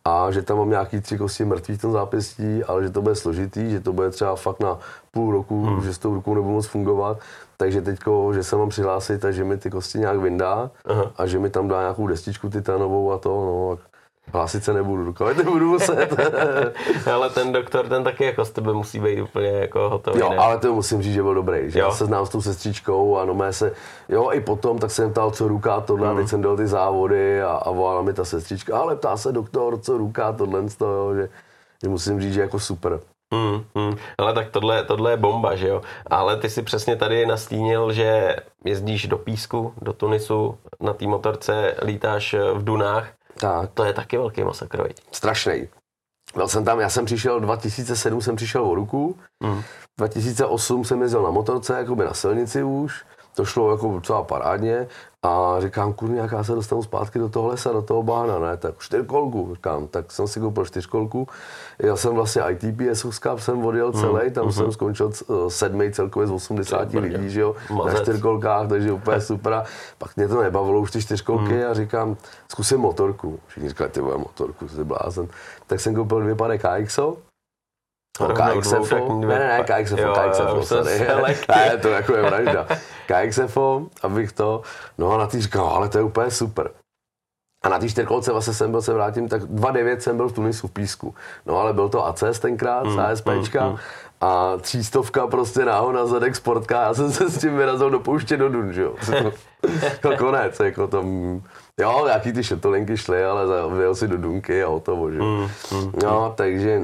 a že tam mám nějaký tři kosti mrtvý v tom zápěstí, ale že to bude složitý, že to bude třeba fakt na půl roku, hmm. že s tou rukou nebudu moc fungovat. Takže teďko, že se mám přihlásit a že mi ty kosti nějak vyndá Aha. a že mi tam dá nějakou destičku titanovou a to, no. Hlásit se nebudu, dokud nebudu muset. Ale ten doktor, ten taky jako z tebe musí být úplně jako hotový. Jo, ne? ale to musím říct, že byl dobrý. Že jo. Já se znám s tou sestřičkou a no mé se, jo, i potom, tak jsem ptal, co ruká tohle, mm. a teď jsem dělal ty závody a, a volala mi ta sestřička, ale ptá se doktor, co ruká tohle, jo, že, že musím říct, že jako super. Mm, mm. Ale tak tohle, tohle je bomba, že jo? Ale ty si přesně tady nastínil, že jezdíš do Písku, do Tunisu, na té motorce lítáš v dunách. Tak. To je taky velký masakr. Strašnej. Byl jsem tam, já jsem přišel, dva tisíce sedm jsem přišel o ruku, mm. dva tisíce osm jsem jezdil na motorce, jakoby na silnici už, to šlo jako docela parádně a říkám, kurně, jak já se dostanu zpátky do toho lesa, do toho bána, ne, tak čtyřkolku, říkám, tak jsem si koupil čtyřkolku, jel jsem vlastně I T P S Cup, jsem odjel celý, tam mm. jsem skončil sedmý celkově z osmdesáti lidí, že jo, na čtyřkolkách, takže úplně super a pak mě to nebavilo už ty čtyřkolky mm. a říkám, zkusím motorku, všichni říkali, ty vole, motorku, jsi blázen, tak jsem koupil dvě pady K X O, No, K X F O, ne, ne, ne, K X F O, K X F O, sorry, ne, to jako je vražda, K X F O, abych to, no a na tý říkal, ale to je úplně super. A na té čtyřkolce vlastně jsem byl, se vrátím, tak dva devět jsem byl v Tunisu v Písku, no ale byl to A C S tenkrát, mm, ASPčka mm, mm. a třístovka prostě náho na zadek sportka, já jsem se s tím vyrazil do pouště do Dun, že jo, to konec, jako tam, jo, jaký ty šetolinky šly, ale vyjel si do Dunky a hotovo, že jo, mm, mm, no, takže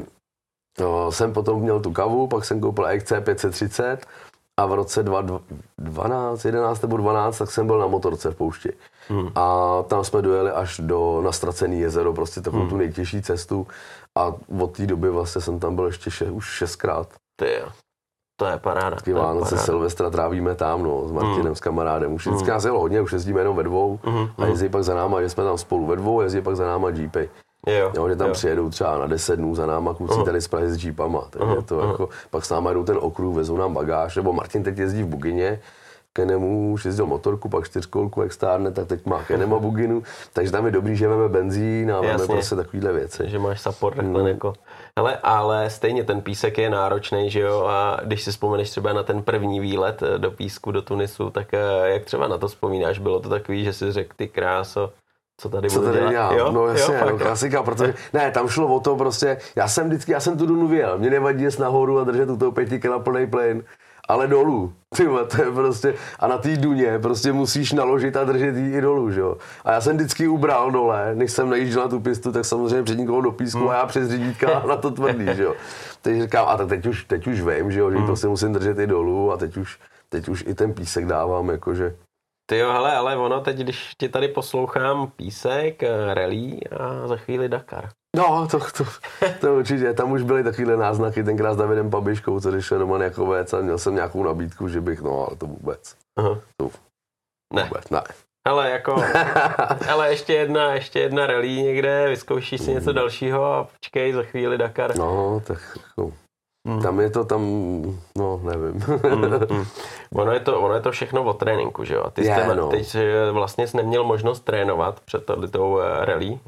no, jsem potom měl tu kavu, pak jsem koupil X C pět set třicet a v roce dva tisíce dvanáct, jedenáct nebo dvanáct, tak jsem byl na motorce v poušti. Hmm. A tam jsme dojeli až do na Ztracený jezero, prostě takovou hmm. tu nejtěžší cestu a od té doby vlastně jsem tam byl ještě še, už šestkrát. Ty jo, to je paráda. Taky Vánoce, Silvestra trávíme tam, no, s Martinem, hmm. s kamarádem. Už vždycky hmm. nás jelo hodně, už jezdíme jenom ve dvou hmm. a jezdí pak za náma, že jsme tam spolu ve dvou, jezdí pak za náma Jeepy. Jo, jo, že tam jo. přijedou třeba na deset dnů za náma kluci uh-huh. tady z Prahy s Jeepama, takže uh-huh. to jako, pak s náma jdou ten okruh, vezou nám bagáž, nebo Martin teď jezdí v Bugině, Kenemu už jezdil motorku, pak čtyřkolku, jak stárne, tak teď má Kenema Buginu, takže tam je dobrý, že máme benzín a máme prostě takovýhle věci. Takže máš support takhle hmm. jako. Hele, ale stejně ten Písek je náročný, že jo, a když si vzpomeneš třeba na ten první výlet do Písku, do Tunisu, tak jak třeba na to vzpomínáš, bylo to takový, že si řekl, ty kráso, co tady co budu tady dělat? Dělám? Jo? No jasně, jo, no, klasika, protože ne, tam šlo o to prostě, já jsem vždycky, já jsem tu Dunu vyjel, mě nevadí jet nahoru a držet u toho pěti na plný plyn, ale dolů, tyhle, to je prostě, a na té Duně prostě musíš naložit a držet jí i dolů, že jo. A já jsem vždycky ubral dole, než jsem najížděl na tu pistu, tak samozřejmě před nikoho do písku hmm. a já přes řídítka na to tvrdý, že jo. Takže říkám, a tak teď už, teď už vím, že jo, že hmm. prostě musím držet i dolů a teď už, teď už i ten písek dávám, jakože. Ty jo, hele, ale ono teď, když tě tady poslouchám, Písek, rally a za chvíli Dakar. No, to, to, to určitě, tam už byly takovýhle náznaky, tenkrát s Davidem Pabiškou, co když šel Roman Jakovec a měl jsem nějakou nabídku, že bych, no, ale to vůbec. Aha. To, ne. Vůbec, ne. Ale jako, ale ještě jedna, ještě jedna rally někde, vyzkoušíš si něco dalšího a počkej, za chvíli Dakar. No, tak jako, mm. tam je to, tam, no, nevím. mm, mm. Ono je to, ono je to všechno o tréninku, že jo? A ty jsi yeah, no. teď vlastně jsi neměl možnost trénovat před tou rally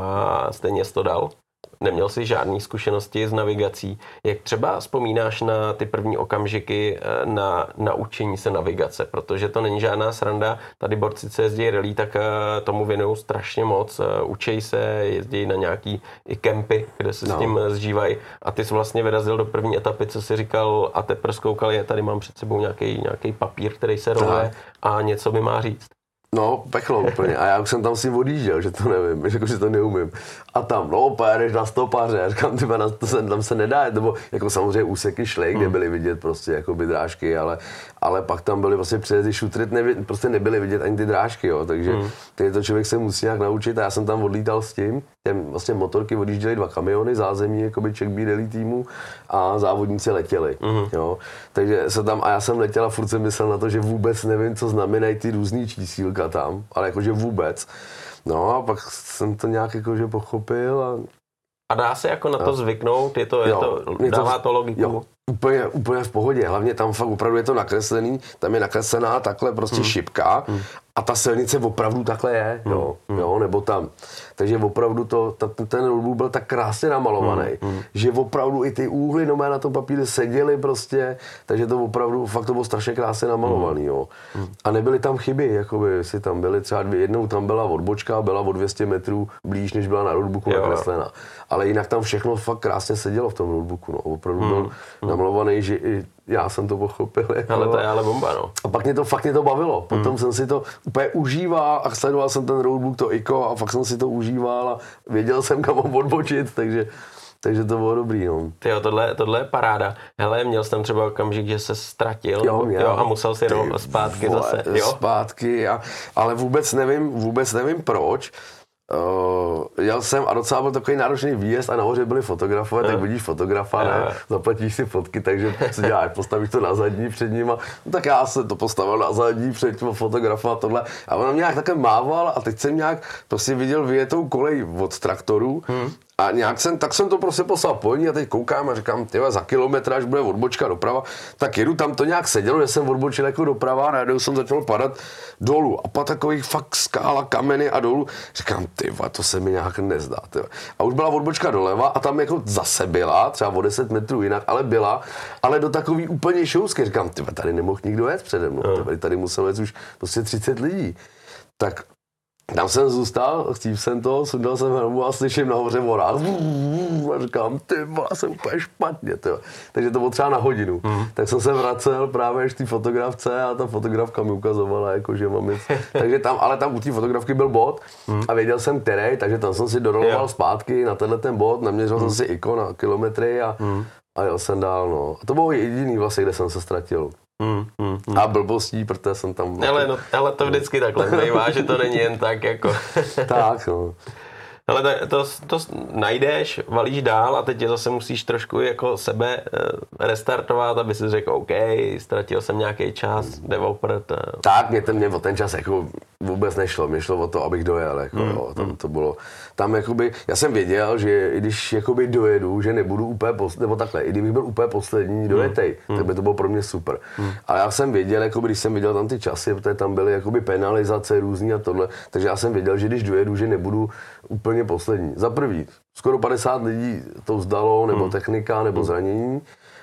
a stejně jsi to dal. Neměl jsi žádný zkušenosti s navigací. Jak třeba vzpomínáš na ty první okamžiky na naučení se navigace? Protože to není žádná sranda. Tady borci, co jezdí rally, tak tomu věnují strašně moc. Učej se, jezdí na nějaký i kempy, kde se no. s tím zžívají. A ty jsi vlastně vyrazil do první etapy, co jsi říkal, a teprve zkoukal, je tady mám před sebou nějaký, nějaký papír, který se roluje a něco mi má říct. No, peklo úplně. A já už jsem tam si odjížděl, že to nevím, že, jako, že to neumím. A tam, no, pojedeš na stopaře. Já říkám, tyba, na to se, tam se nedá, nebo jako samozřejmě úseky šly, kde byly vidět prostě jako by drážky, ale, ale pak tam byly vlastně přejezdy šutry, nevě, prostě nebyly vidět ani ty drážky, jo. Takže mm. to člověk se musí nějak naučit a já jsem tam odlítal s tím. Těm vlastně motorky odjížděly dva kamiony, zázemí, jakoby Czech B Rally týmu a závodníci letěli, mm. jo. Takže se tam, a já jsem letěl a furt jsem myslel na to, že vůbec nevím, co znamenají ty různý čísílka tam, ale jakože vůbec. No a pak jsem to nějak jakože pochopil a... A dá se jako na to a... zvyknout? Je to, je jo, to, dává to logiku? Jo, úplně, úplně v pohodě. Hlavně tam fakt opravdu je to nakreslený, tam je nakreslená takhle prostě hmm. šipka hmm. A ta silnice opravdu takhle je, jo, hmm. jo, nebo tam. Takže opravdu to, ta, ten roadbook byl tak krásně namalovaný, hmm. že opravdu i ty úhly no, na tom papíře seděly prostě, takže to opravdu, fakt to bylo strašně krásně namalovaný, jo. Hmm. A nebyly tam chyby, jakoby si tam byly třeba dvě, jednou tam byla odbočka, byla o dvě stě metrů blíž, než byla na roadbooku nakreslená. Ale jinak tam všechno fakt krásně sedělo v tom roadbooku, no. Opravdu hmm. byl hmm. namalovaný, že i já jsem to pochopil. Jako, ale to je ale bomba, no. A pak mě to fakt mě to bavilo. Potom hmm. jsem si to úplně užíval a sledoval jsem ten roadbook, to iko a fakt jsem si to užíval a věděl jsem, kam mám odbočit, takže, takže to bylo dobrý, no. Tyjo, tohle, tohle je paráda. Hele, měl jsi tam třeba okamžik, že se ztratil jo, jo, a musel si jenom zpátky vole, zase. Jo? Zpátky, a, ale vůbec nevím, vůbec nevím proč. Uh, jel jsem a docela byl takový náročný výjezd a nahoře byli fotografové, no. tak vidíš fotografa, ne? Zaplatíš si fotky, takže co děláš, postavíš to na zadní před nima, no tak já jsem to postavil na zadní před tím fotografem a tohle a on mě nějak také mával a teď jsem nějak prostě viděl vyjetou kolej od traktoru hmm. a nějak jsem, tak jsem to prostě poslal po ní a teď koukám a říkám, tyhle, za kilometr, až bude odbočka doprava, tak jedu, tam to nějak sedělo, že jsem odbočil jako doprava a najednou jsem začal padat dolů a pak takových fakt skála, kameny a dolů, říkám, tyva, to se mi nějak nezdá, tyva. A už byla odbočka doleva a tam jako zase byla, třeba o deset metrů jinak, ale byla, ale do takový úplně šousky, říkám, tyva, tady nemohl nikdo jet přede mnou, tyva, tady musel jet už prostě třicet lidí, tak tam jsem zůstal, chtív jsem to, sundal jsem helmu a slyším nahoře voráz. A říkám, ty jsem úplně špatně, tyjo. Takže to bylo třeba na hodinu. Mm. Tak jsem se vracel právě k té fotografce a ta fotografka mi ukazovala, jako, že mám jít. Takže tam, ale tam u té fotografky byl bod mm. a věděl jsem který, takže tam jsem si doroloval yeah. zpátky na tenhle ten bod, naměřil mm. jsem si ikon na kilometry a, mm. a jel jsem dál, no. A to bylo jediný vlastně, kde jsem se ztratil. Hmm, hmm, hmm. A blbostí, protože jsem tam... Ale, no, ale to vždycky takhle bývá, že to není jen tak jako... tak, no. Ale to, to najdeš, valíš dál a teď je zase musíš trošku jako sebe restartovat, aby si řekl, OK, ztratil jsem nějaký čas, jde oprat. A... Tak, mě ten, mě o ten čas jako vůbec nešlo, mě šlo o to, abych dojel, jako, mm, jo, tam mm. to bylo, tam jakoby, já jsem věděl, že i když jakoby dojedu, že nebudu úplně poslední, nebo takhle, i kdybych byl úplně poslední dojetej, mm. tak by to bylo pro mě super. Mm. Ale já jsem věděl, jakoby, když jsem viděl tam ty časy, protože tam byly jakoby penalizace různý a tohle, takže já jsem věděl, že když dojedu, že nebudu úplně poslední. Za prvý, skoro padesát lidí to vzdalo, nebo mm. technika, nebo mm. zranění.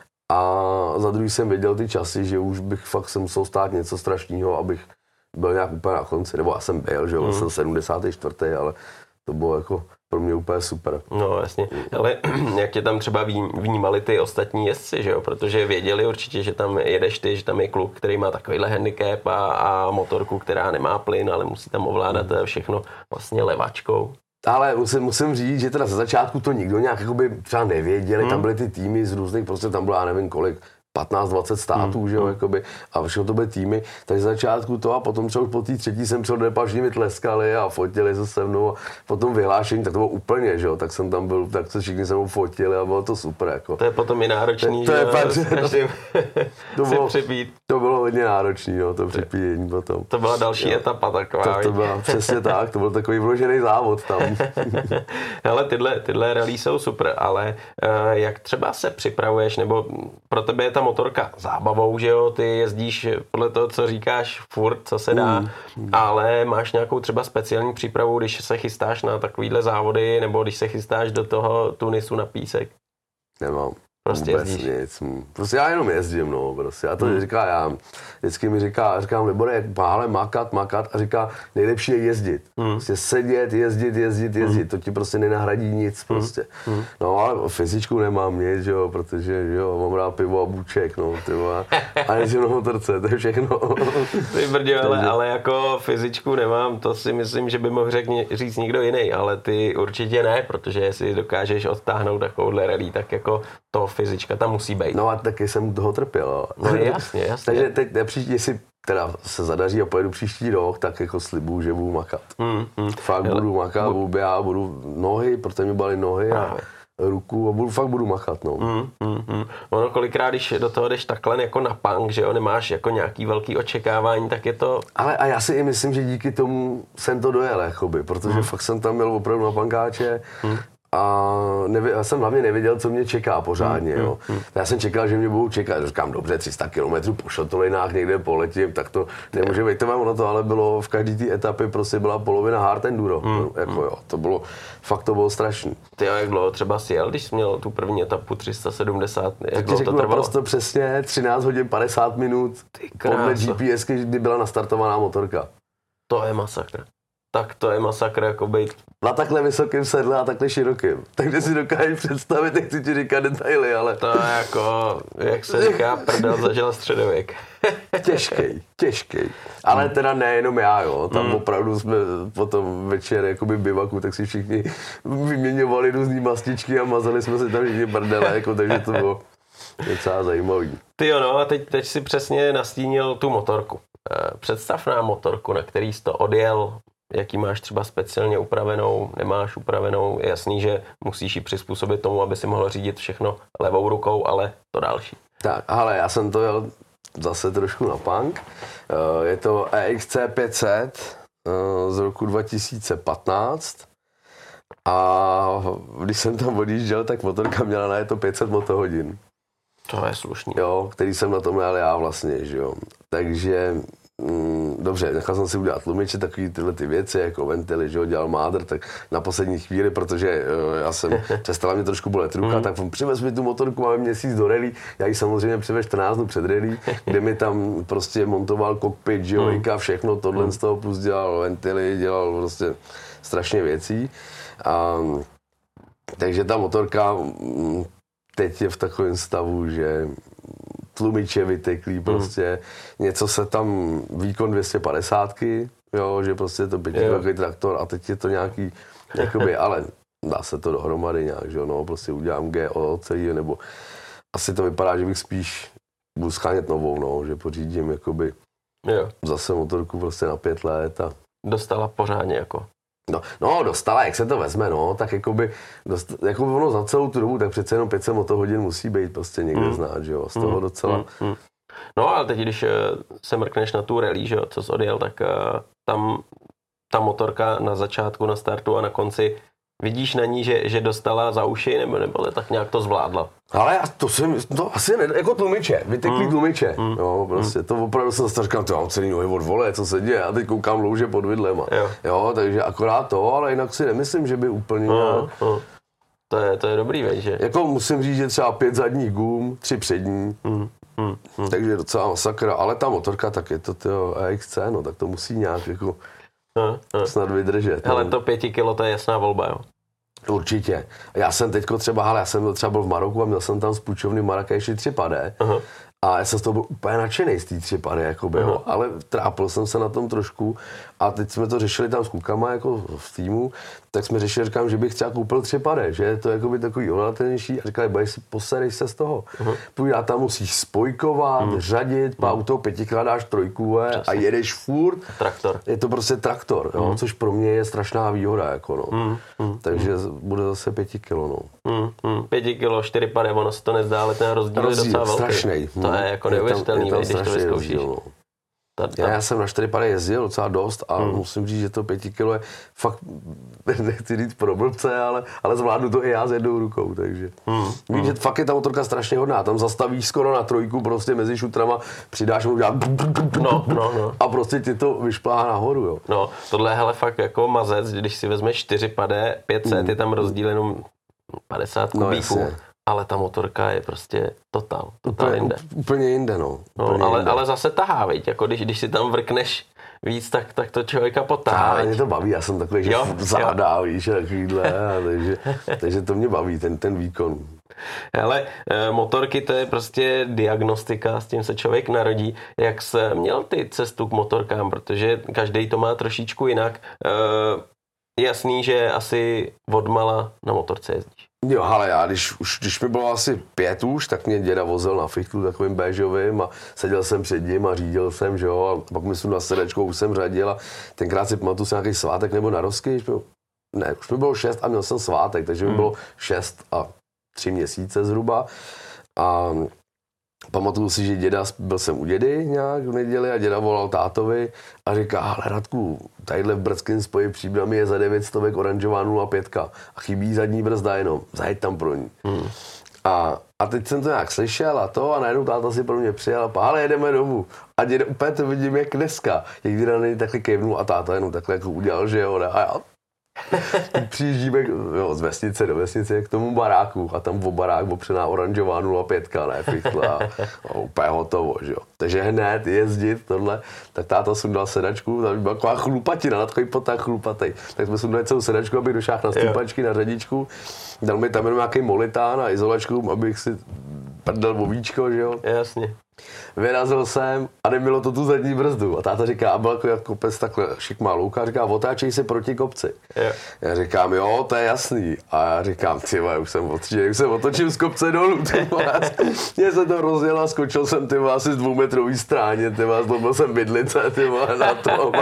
A za druhý jsem věděl ty časy, že už bych fakt se musel stát něco strašného, abych byl nějak úplně na konci. Nebo já jsem byl, že jo, mm. jsem sedmdesátý čtvrtý, ale to bylo jako pro mě úplně super. No jasně, ale jak tě tam třeba vnímali ty ostatní jezdci, že jo, protože věděli určitě, že tam jedeš ty, že tam je kluk, který má takovýhle handicap a, a motorku, která nemá plyn, ale musí tam ovládat všechno vlastně levačkou. Ale musím, musím říct, že teda ze začátku to nikdo nějak jakoby třeba nevěděli, hmm. tam byly ty týmy z různých, prostě tam bylo, já nevím kolik, patnáct dvacet států, hmm. že jo, jakoby, a všechno to byly týmy, takže začátku to a potom třeba po té třetí jsem přijel do Depažní, mi tleskali a fotili se se mnou a potom vyhlášení, tak to bylo úplně, že jo, tak jsem tam byl, tak se všichni se mnou fotili a bylo to super, jako. To je potom i náročný, to, to že je jo, pak, s každým to bylo, připít. To bylo hodně náročný, jo, to připíjení potom. To byla další jo. etapa taková. To, to byla přesně tak, to byl takový vložený závod tam. Hele, tyhle, tyhle rally jsou super, ale uh, jak třeba se připravuješ, nebo pro tebe je ta motorka zábavou, že jo, ty jezdíš podle toho, co říkáš, furt, co se dá, mm. ale máš nějakou třeba speciální přípravu, když se chystáš na takovýhle závody, nebo když se chystáš do toho Tunisu na písek? Nemám. Prostě vůbec jezdíš. Nic. Prostě já jenom jezdím, no, prostě. Já to hmm. říká, já vždycky mi říká, říkám, Libore, jak bále makat, makat a říká, nejlepší je jezdit. Hmm. Prostě sedět, jezdit, jezdit, jezdit, hmm. to ti prostě nenahradí nic, prostě. Hmm. No, ale fyzičku nemám nic, jo, protože, jo, mám rád pivo a bůček, no, tyva, a jezdím na motorce, to je všechno. Ty brdě, ale, ale jako fyzičku nemám, to si myslím, že by mohl řek, říct někdo jiný, ale ty určitě ne, protože jestli dokážeš odtáhnout takovouhle rally, tak jako to fyzička tam musí být. No a taky jsem toho trpěl. No jasně, jasně. Takže teď nepříště, jestli teda se zadaří a pojedu příští rok, tak jako slibuju, že budu makat. Hmm, hmm. Fakt Hele, budu makat, budu běhat, budu nohy, protože mi bolí nohy a ruku a budu, fakt budu makat, no. Hmm, hmm, hmm. Ono kolikrát, když do toho jdeš takhle jako na punk, že jo, nemáš jako nějaký velký očekávání, tak je to... Ale a já si i myslím, že díky tomu jsem to dojel, jakoby, protože hmm. fakt jsem tam měl opravdu na pankáče. Hmm. A nevě, já jsem hlavně nevěděl, co mě čeká pořádně. Mm, jo. Mm, mm. Já jsem čekal, že mě budou čekat. Říkám, dobře, tři sta kilometrů po šotolinách někde poletím, tak to nemůže být. To ono to ale bylo v každé té etapě prostě byla polovina hard enduro. Mm, jako, jo, to bylo, fakt to bylo strašný. Ty jo, jak dlouho třeba si jel, když jsi měl tu první etapu tři sta sedmdesát, jak dlouho to trvalo? Prostě přesně třináct hodin padesát minut podle G P S ky, kdy byla nastartovaná motorka. To je masakr. Tak to je masakr, jako být na takhle vysokém sedle a takhle širokým. Takže si dokážeš představit, jak si ti říká detaily, ale... To je jako, jak se říká, prdel zažil středověk. Těžkej, těžkej. Ale teda nejenom já, jo. Tam mm. opravdu jsme potom večer jakoby bivaku, tak si všichni vyměňovali různý mastičky a mazali jsme si tam všichni prdele, jako, takže to bylo docela zajímavý. Ty jo, no a teď, teď si přesně nastínil tu motorku. Představ nám motorku, na který jsi to odjel, jaký máš třeba speciálně upravenou, nemáš upravenou, je jasný, že musíš ji přizpůsobit tomu, aby si mohl řídit všechno levou rukou, ale to další. Tak, ale já jsem to jel zase trošku na punk. Je to E X C pět set z roku dva tisíce patnáct a když jsem tam odjížděl, tak motorka měla na je to pět set motohodin. To je slušný. Jo, který jsem na tom jel já vlastně, že jo. Takže Mm, dobře, nechal jsem si udělat tlumiče, takový tyhle ty věci, jako ventily, že ho dělal Mádr, tak na poslední chvíli, protože uh, já jsem přestala mě trošku bolet ruka, mm. tak on přivez mi tu motorku, máme měsíc do rally, já ji samozřejmě přivez čtrnáct dnů před rally, kde mi tam prostě montoval kokpit, že jo, mm. všechno, tohle mm. z toho, plus dělal ventily, dělal prostě strašně věcí. A, takže ta motorka mm, teď je v takovém stavu, že tlumiče vyteklý prostě, mm. něco se tam, výkon dvě stě padesát, jo, že prostě je to pětikolkový traktor a teď je to nějaký, jakoby, ale dá se to dohromady nějak, že jo, no, prostě udělám G O celý, nebo asi to vypadá, že bych spíš budu schánět novou, no, že pořídím, jakoby, jo. Zase motorku prostě na pět let a... Dostala pořádně, jako. No, no, dostala, jak se to vezme, no, tak jakoby, dost, jakoby ono za celou tu dobu, tak přece jenom pět set motohodin musí být prostě někde mm. znát, že jo, z toho mm. docela. Mm. Mm. No, ale teď, když se mrkneš na tu rally, že jo, co jsi odjel, tak uh, tam ta motorka na začátku, na startu a na konci, vidíš na ní, že, že dostala za uši, nebo, nebo tak nějak to zvládla? Ale já to jsem, to asi ne, jako tlumiče, vyteklý mm. tlumiče, mm. jo, prostě, mm. to opravdu jsem se říkal, to já mám celý nohy od vole, co se děje, já teď koukám louže pod vidlema, jo. jo, takže akorát to, ale jinak si nemyslím, že by úplně mm. Mm. To je, to je dobrý, veď, že? Jako musím říct, že třeba pět zadních gum, tři přední, mm. Mm. Mm. takže docela masakra, ale ta motorka, tak je to tyjo, E X C, no, tak to musí nějak jako mm. Mm. snad vydržet. Ale to pěti kilo, to je jasná volba, jo? Určitě. Já jsem teďko třeba, hele, já jsem třeba byl v Maroku a měl jsem tam z půjčovny Marrakeši tři padé. Uh-huh. A já jsem z toho byl úplně nadšený z té tři pady, jakoby, uh-huh. jo. Ale trápil jsem se na tom trošku a teď jsme to řešili tam s klukama, jako v týmu, tak jsme řešili, říkám, že bych třeba koupil tři padé, že je to jakoby takový ovládatelnější a říkali, boj si, poserej se z toho. Uh-huh. Půjde a tam musíš spojkovat, uh-huh. řadit, uh-huh. auto pětikrát dáš trojku a jedeš furt. Traktor. Je to prostě traktor, jo, uh-huh. což pro mě je strašná výhoda, jako no. Uh-huh. Takže uh-huh. bude zase pěti kilo, no. Uh-huh. Pěti kilo, čtyři pady, ono se to nezdá, ale ten rozdíl, rozdíl je docela velký. Strašnej. To je jako neuvěřitelný, když to vyzkoušíš. Rozdíl, no. Já, já jsem na čtyři pady jezdil docela dost a hmm. musím říct, že to pěti kilo je fakt, nechci říct pro blbce, ale, ale zvládnu to i já s jednou rukou, takže. Hmm. Víš, že fakt je ta motorka strašně hodná, tam zastavíš skoro na trojku, prostě mezi šutrama, přidáš mu dělat no, no, no. a prostě ti to vyšplhá nahoru, jo. No, tohle je hele fakt jako mazec, když si vezmeš čtyři padé, pět set, hmm. je tam rozdíl jenom padesát kubíků. No, ale ta motorka je prostě totál, totál úplně, jinde. Úplně jinde, no. no ale, jinde. Ale zase tahá, viď? Jako když, když si tam vrkneš víc, tak, tak to člověka potahá. Mě to baví, já jsem takový, že zádá, víš, takovýhle, takže, takže to mě baví, ten, ten výkon. Hele, motorky, to je prostě diagnostika, s tím se člověk narodí. Jak jsi měl ty cestu k motorkám, protože každý to má trošičku jinak. Je jasný, že asi odmala na motorce jezdíš. Jo, ale já, když, už, když mi bylo asi pět už, tak mě děda vozil na fichtlu takovým béžovým a seděl jsem před ním a řídil jsem, že jo, a pak myslím na sedečko, už jsem řadil a tenkrát si pamatuju si nějaký svátek nebo narozky, byl, ne, už mi bylo šest a měl jsem svátek, takže mi bylo šest a tři měsíce zhruba a Pamatuju si, že děda, byl jsem u dědy nějak v neděli a děda volal tátovi a říká, ale Radku, tadyhle v Brdském spoji Příbrami je za devět stovek oranžová nula pět a chybí zadní brzda jenom, zajeď tam pro ní. Hmm. A, a teď jsem to nějak slyšel a to a najednou táta si pro mě přijel a pá, ale jedeme domů. A děda úplně to vidím jak dneska. Jak děda na něj takhle kejvnul a táta jenom takhle jako udělal, že jo, ne? A já přijíždíme jo, z vesnice do vesnice k tomu baráku a tam o barák opřená oranžová nula pět, ne, fichtla a, a úplně hotovo, že jo. Takže hned jezdit tohle, tak táta sundal sedačku, tam byla taková chlupatina, na takový poták chlupatej. Tak jsme sundali celou sedačku, abych došáhl na stoupačky, na řadičku, dal mi tam jenom nějaký molitán a izolačku, abych si prdel bovíčko, že jo. Jasně. Vyrazil jsem a nemělo to tu zadní brzdu. A táta říká, a byl jako kopec takhle šikmá louka, říká, otáčej se proti kopci. Yeah. Já říkám, jo, to je jasný. A já říkám, ty vole, už jsem otočil, už jsem otočil z kopce dolů, ty vole. Mně se to rozjel a skočil jsem, ty vole, asi z dvoumetrový stráně, ty vole, zlobil jsem bydlice, ty vole, na to,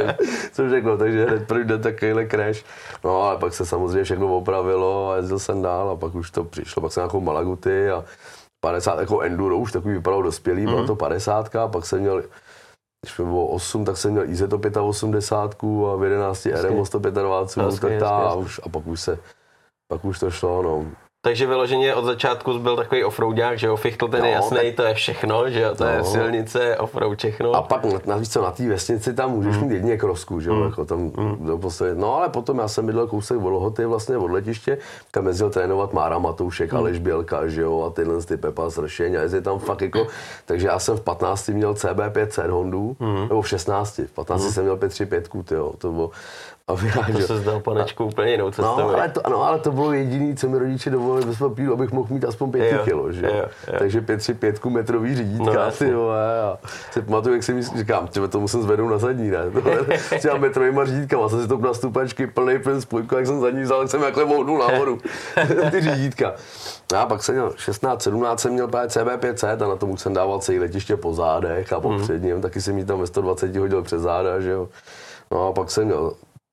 což řekl, takže hned první den takovýhle crash. No, ale pak se samozřejmě všechno opravilo a jezdil jsem dál a pak už to přišlo, pak jsem nějakou Malaguty a padesát jako enduro, už takový vypadalo dospělý, mm. bylo to padesátka, pak jsem měl, když mi bylo osm, tak jsem měl I Z O osmdesát pět a v jedenácti R M O sto dvacet pět, tak ta, a, už, a pak už se, pak už to šlo, no. Takže vyloženě od začátku byl takový offroadák, že jo, fichtl ten je jasný, tak... to je všechno, že jo, to no. je silnice, offroad, všechno. A pak na, víš co, na té vesnici tam můžeš mm. mít jedině krosku, že jo, mm. jako tam mm. do postavit. No ale potom já jsem bydlel kousek od Lhoty vlastně od letiště, tam jezdil trénovat Mára Matoušek, mm. Aleš Bělka, že jo, a tyhle ty Pepa Sršeň a jezdil tam fakt jako, takže já jsem v patnácti měl C B pět set Hondu, mm. nebo v šestnácti, v patnácti mm. jsem měl pět tři pět, tyjo, to bylo. A vyrážel. To se zdal panečku úplně jinou cestou. No ale, to, no, ale to bylo jediné, co mi rodiče dovolili bez papíru, abych mohl mít aspoň pět kilo, že jo. jo, jo. Takže pět tři pět metrový řídítka, no, ty vole, a si pamatuju, jak si mi říkám, těme to musím zvednout na zadní, ne, s těma metrovýma řídítkama, jsem si to na stupačky, plný plyn spojku, jak jsem zadní vzal, jak jsem jakhle vohnul nahoru, ty řídítka. A pak jsem měl šestnáct sedmnáct, jsem měl právě C B pět set a na tom už jsem dával celý letiště po zádech a po mm. předním, taky jsem jí tam ve sto dvacet hodil přes záda, že jo. No a pak jsem měl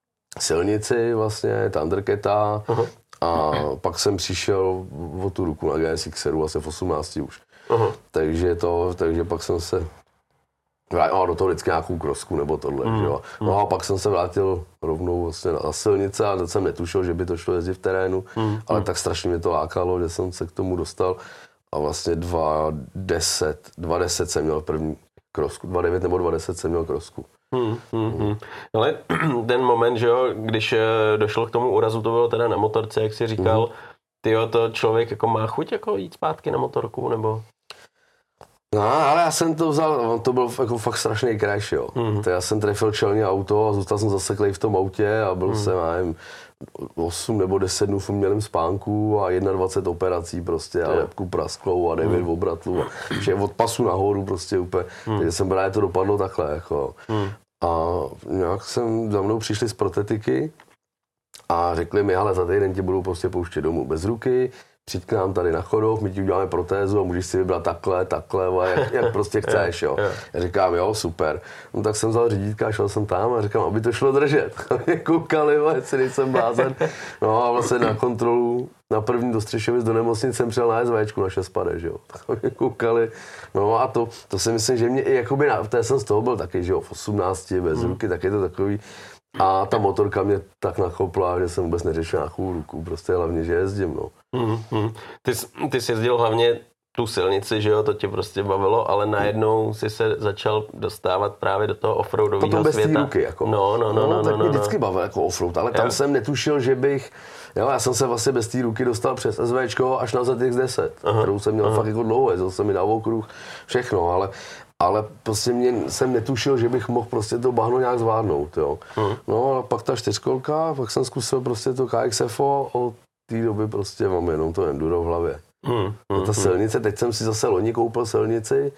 silnici vlastně, Thundercata uh-huh. a pak jsem přišel o tu ruku na G S X R vlastně v osmnácti už. Uh-huh. Takže to, takže pak jsem se vrátil do toho vždycky nějakou krosku nebo tohle, uh-huh. jo. No a pak jsem se vrátil rovnou vlastně na silnice a teď jsem netušil, že by to šlo jezdit v terénu, uh-huh. ale tak strašně mě to lákalo, že jsem se k tomu dostal a vlastně dva deset jsem měl první krosku, dva devět nebo dva deset jsem měl krosku. Hmm, hmm, hmm. Ale ten moment, že jo, když došlo k tomu úrazu, to bylo teda na motorce, jak jsi říkal, hmm. tyjo, to člověk jako má chuť jako jít zpátky na motorku, nebo? No, ale já jsem to vzal, to byl jako fakt strašný crash, jo. Hmm. To já jsem trefil čelně auto a zůstal jsem zaseklej v tom autě a byl hmm. jsem, já nevím, osm nebo deset dnů v umělém spánku a dvacet jedna operací prostě a lepku prasklou a devět hmm. obratlů a vše od pasu nahoru prostě úplně, hmm. takže jsem právě to dopadlo takhle, jako. Hmm. A nějak jsem, za mnou přišli z protetiky a řekli mi, ale za týden tě budou prostě pouštět domů bez ruky, přijď k nám tady na Chodov, my ti uděláme protézu a můžeš si vybrat takhle, takhle, jak, jak prostě chceš, jo. Já říkám, jo, super. No tak jsem vzal řídítka a šel jsem tam a říkám, aby to šlo držet. Mě koukali, jestli nejsem blázen. No a vlastně na kontrolu, na první do Střešovic do nemocnice jsem přijel na SVčku na šestpade, že jo. Tak mě koukali. No a to, to si myslím, že mě i jakoby, na, té jsem z toho byl taky, že jo, v osmnácti bez ruky, tak je to takový. A ta motorka mě tak nachopla, že jsem vůbec neřešil nějakou ruku, prostě hlavně, že jezdím, no. Mm-hmm. Ty, ty jsi jezdil hlavně tu silnici, že jo, to tě prostě bavilo, ale najednou si se začal dostávat právě do toho offroadového světa. Potom bez té ruky, jako. No, no, no, no, no, tak no, mě no, vždycky bavil jako offroad, ale tam jo. jsem netušil, že bych, jo, já jsem se vlastně bez té ruky dostal přes SVčko až na Z X deset, aha, kterou jsem měl aha. fakt jako dlouho, jezdil jsem mi na okruh, všechno, ale Ale prostě mě, jsem netušil, že bych mohl prostě to bahno nějak zvládnout, jo. Hmm. No a pak ta čtyřkolka, pak jsem zkusil prostě to K X F O, od té doby prostě mám jenom to enduro v hlavě. Hmm. Hmm. Ta silnice, teď jsem si zase loni koupil silnici,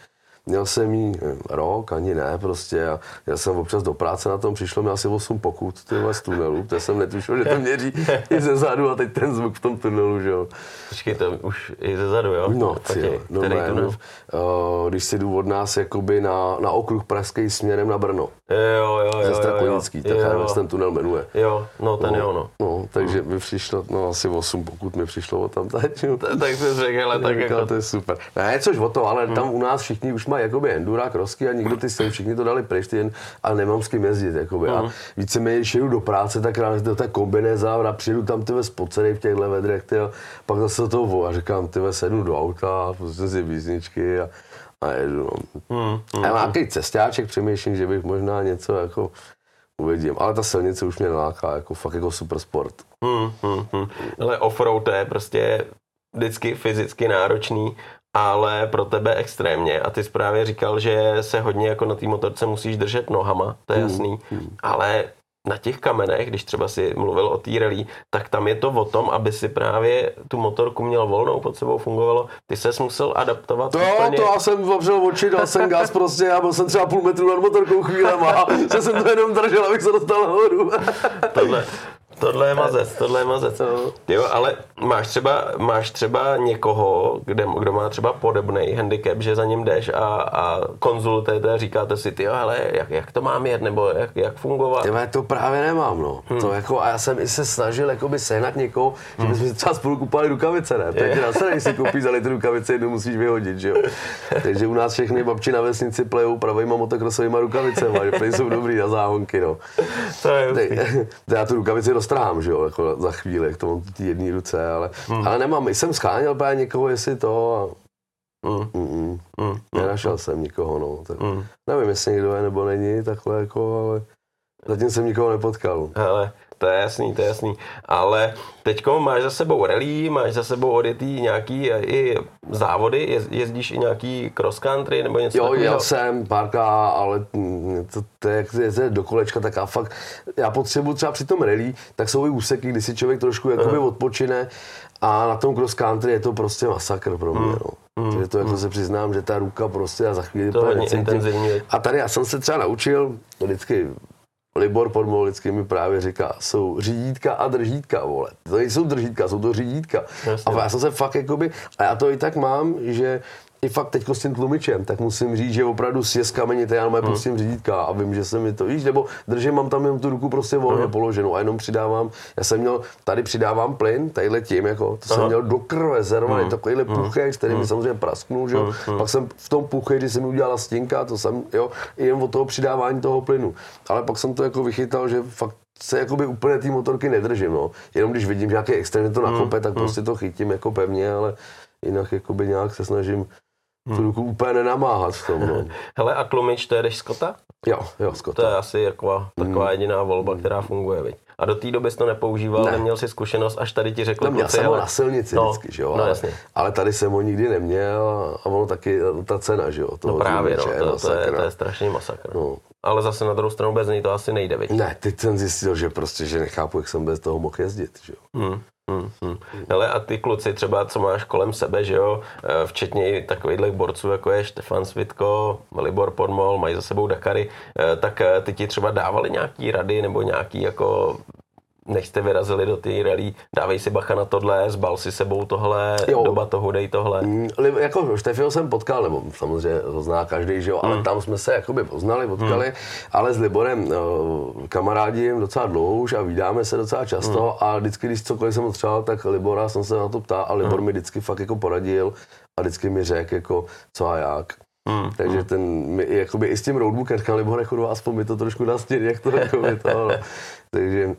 měl jsem jí rok, ani ne, prostě. A já jsem občas do práce na tom, přišlo mi asi osm pokut tyhle z tunelu, to jsem netušil, že to měří i ze zadu a teď ten zvuk v tom tunelu, že jo. Počkej, to už i ze zadu, jo? No, cíl, no jméno, uh, když si jdu od nás jakoby na, na okruh pražský směrem na Brno. Jo, jo, jo. Ze Strakonický, tak já nevím, ten tunel jmenuje. Jo, no ten no, jo, no. No, takže mi přišlo, no asi osm pokud mi přišlo o tam teď. Tak jsi řekl, ale tak jako... To je super. Ne, což o to, ale hmm. tam u nás všichni už mají jakoby endura, krosky a nikdo ty se všichni to dali pryč, ty jen, ale nemám s kým jezdit, jakoby. Hmm. A víceméně, když jedu do práce, tak rád do té kombinéza a přijdu tam tyhle spocený v těchto vedrech, tyhle, pak zase do toho a říkám, tyhle sednu do auta, pustím si písničky a, a jedu. No. Hmm. Hmm. A mám nějaký cestáček, přemýšlím, že bych možná něco jako uvidím, ale ta silnice už mě naláká, jako fakt jako super sport. Hmm, hmm, hmm. Ale offroad je prostě vždycky fyzicky náročný, ale pro tebe extrémně. A ty jsi právě říkal, že se hodně jako na té motorce musíš držet nohama, to je jasný, hmm. ale na těch kamenech, když třeba si mluvil o té rally, tak tam je to o tom, aby si právě tu motorku měl volnou, pod sebou fungovalo. Ty ses musel adaptovat. To jo, úplně... to já jsem zavřel oči, dal jsem gas prostě a byl jsem třeba půl metru nad motorkou chvílema a že jsem to jenom držel, abych se dostal nahoru. Tohle, tohle je mazec, tohle je mazec. Jo, ale máš třeba, máš třeba někoho, kde, kdo má třeba podobný handicap, že za ním jdeš a, a konzultujete a říkáte si, ty ale jak, jak to mám jet, nebo jak, jak fungovat? Tyhle, to právě nemám, no. Hmm. To jako, a já jsem i se snažil jakoby sehnat někoho, že bychom si třeba spolu kupovali rukavice, ne? Teď na se si koupíš za litr rukavice, jednu musíš vyhodit, že jo. Takže u nás všechny babči na vesnici plejou pravejma motokrosovýma rukavicema, že plej jsou dobrý na záhonky, no. To je Teď, já tu rukavici roztrhám, že jo, jako za chvíli, jak to mám ty jedné ruce, ale, hmm. ale nemám, jsem scháněl právě někoho, jestli to a mm. Mm, mm. nenašel jsem nikoho, no. Tak mm. nevím, jestli někdo je nebo není, takhle jako, ale zatím jsem nikoho nepotkal. Hele, to je jasný, to je jasný, ale teďko máš za sebou rally, máš za sebou odjetý nějaký i závody, jezdíš i nějaký cross country nebo něco jo, takového? Jo, jel jsem párka, ale to, to je, to je do kolečka, tak já fakt, já potřebuji třeba při tom rally, tak jsou i úseky, kdy si člověk trošku jakoby uh-huh. odpočine a na tom cross country je to prostě masakr pro mě, no. Mm. Takže to jako mm. se přiznám, že ta ruka prostě a za chvíli to hodně intenzivní. A tady já jsem se třeba naučil, vždycky Libor Podmol vždycky mi právě říká, jsou řídítka a držítka, vole. To nejsou držítka, jsou to řídítka. Jasně. A já jsem se fakt jakoby, a já to i tak mám, že i fakt teďko s tím tlumičem, tak musím říct, že opravdu si je z kamenité, já mám prostě řídítka a vím, že se mi to, víš, nebo držím, mám tam jenom tu ruku prostě volně uh-huh. položenou a jenom přidávám, já jsem měl, tady přidávám plyn, tadyhle tím, jako, to uh-huh. jsem měl do krve zervaný, uh-huh. takovýhle uh-huh. puchej, který uh-huh. mi samozřejmě prasknul, že jo, uh-huh. pak jsem v tom puchej, když jsem mi udělala stěnka, to jsem, jo, jen od toho přidávání toho plynu, ale pak jsem to jako vychytal, že fakt se jakoby úplně té motorky nedržím, no, jenom když vidím, že nějaký extrém to nakope, tak prostě to chytím jako pevně, ale jinak jakoby nějak se snažím tu ruku úplně nenamáhat v tom, no. Hele, a tlumič, to jedeš Scotta? Jo, jo, Scotta. To je asi taková, taková jediná volba, která funguje, viď? A do té doby jsi to nepoužíval, ne. Neměl jsi zkušenost, až tady ti řekl... No, měl jsem ho na silnici no, vždycky, že jo, no, ale, ale tady jsem ho nikdy neměl a ono taky, ta cena, že jo. No právě, no, to, to, je, to je strašný masakr. No. Ale zase na druhou stranu bez něj to asi nejde, viď? Ne, teď jsem zjistil, že prostě, že nechápu, jak jsem bez toho mohl jezdit, že jo. Hmm. Hmm, hmm. Hele, a ty kluci třeba, co máš kolem sebe, že jo, včetně takovýchhle borců, jako je Štefan Svitko, Libor Podmol, mají za sebou Dakary, tak ty ti třeba dávali nějaký rady nebo nějaký jako... než jste vyrazili do té rally, dávej si bacha na tohle, zbal si sebou tohle, jo. Doba toho, dej tohle. Mm, jako Štefio jsem potkal, nebo samozřejmě ho zná každý, že jo, ale mm. tam jsme se jakoby poznali, potkali, mm. ale s Liborem kamarádím docela dlouho už a vídáme se docela často mm. a vždycky, když cokoliv jsem potřeboval, tak Libora jsem se na to ptal a Libor mm. mi vždycky fakt jako poradil a vždycky mi řekl jako co a jak. Mm, Takže mm. ten, my, jakoby i s tím roadbookem, říkám, Libore, chudu, aspoň mi to trošku nastět, jak to jakoby to, no. Takže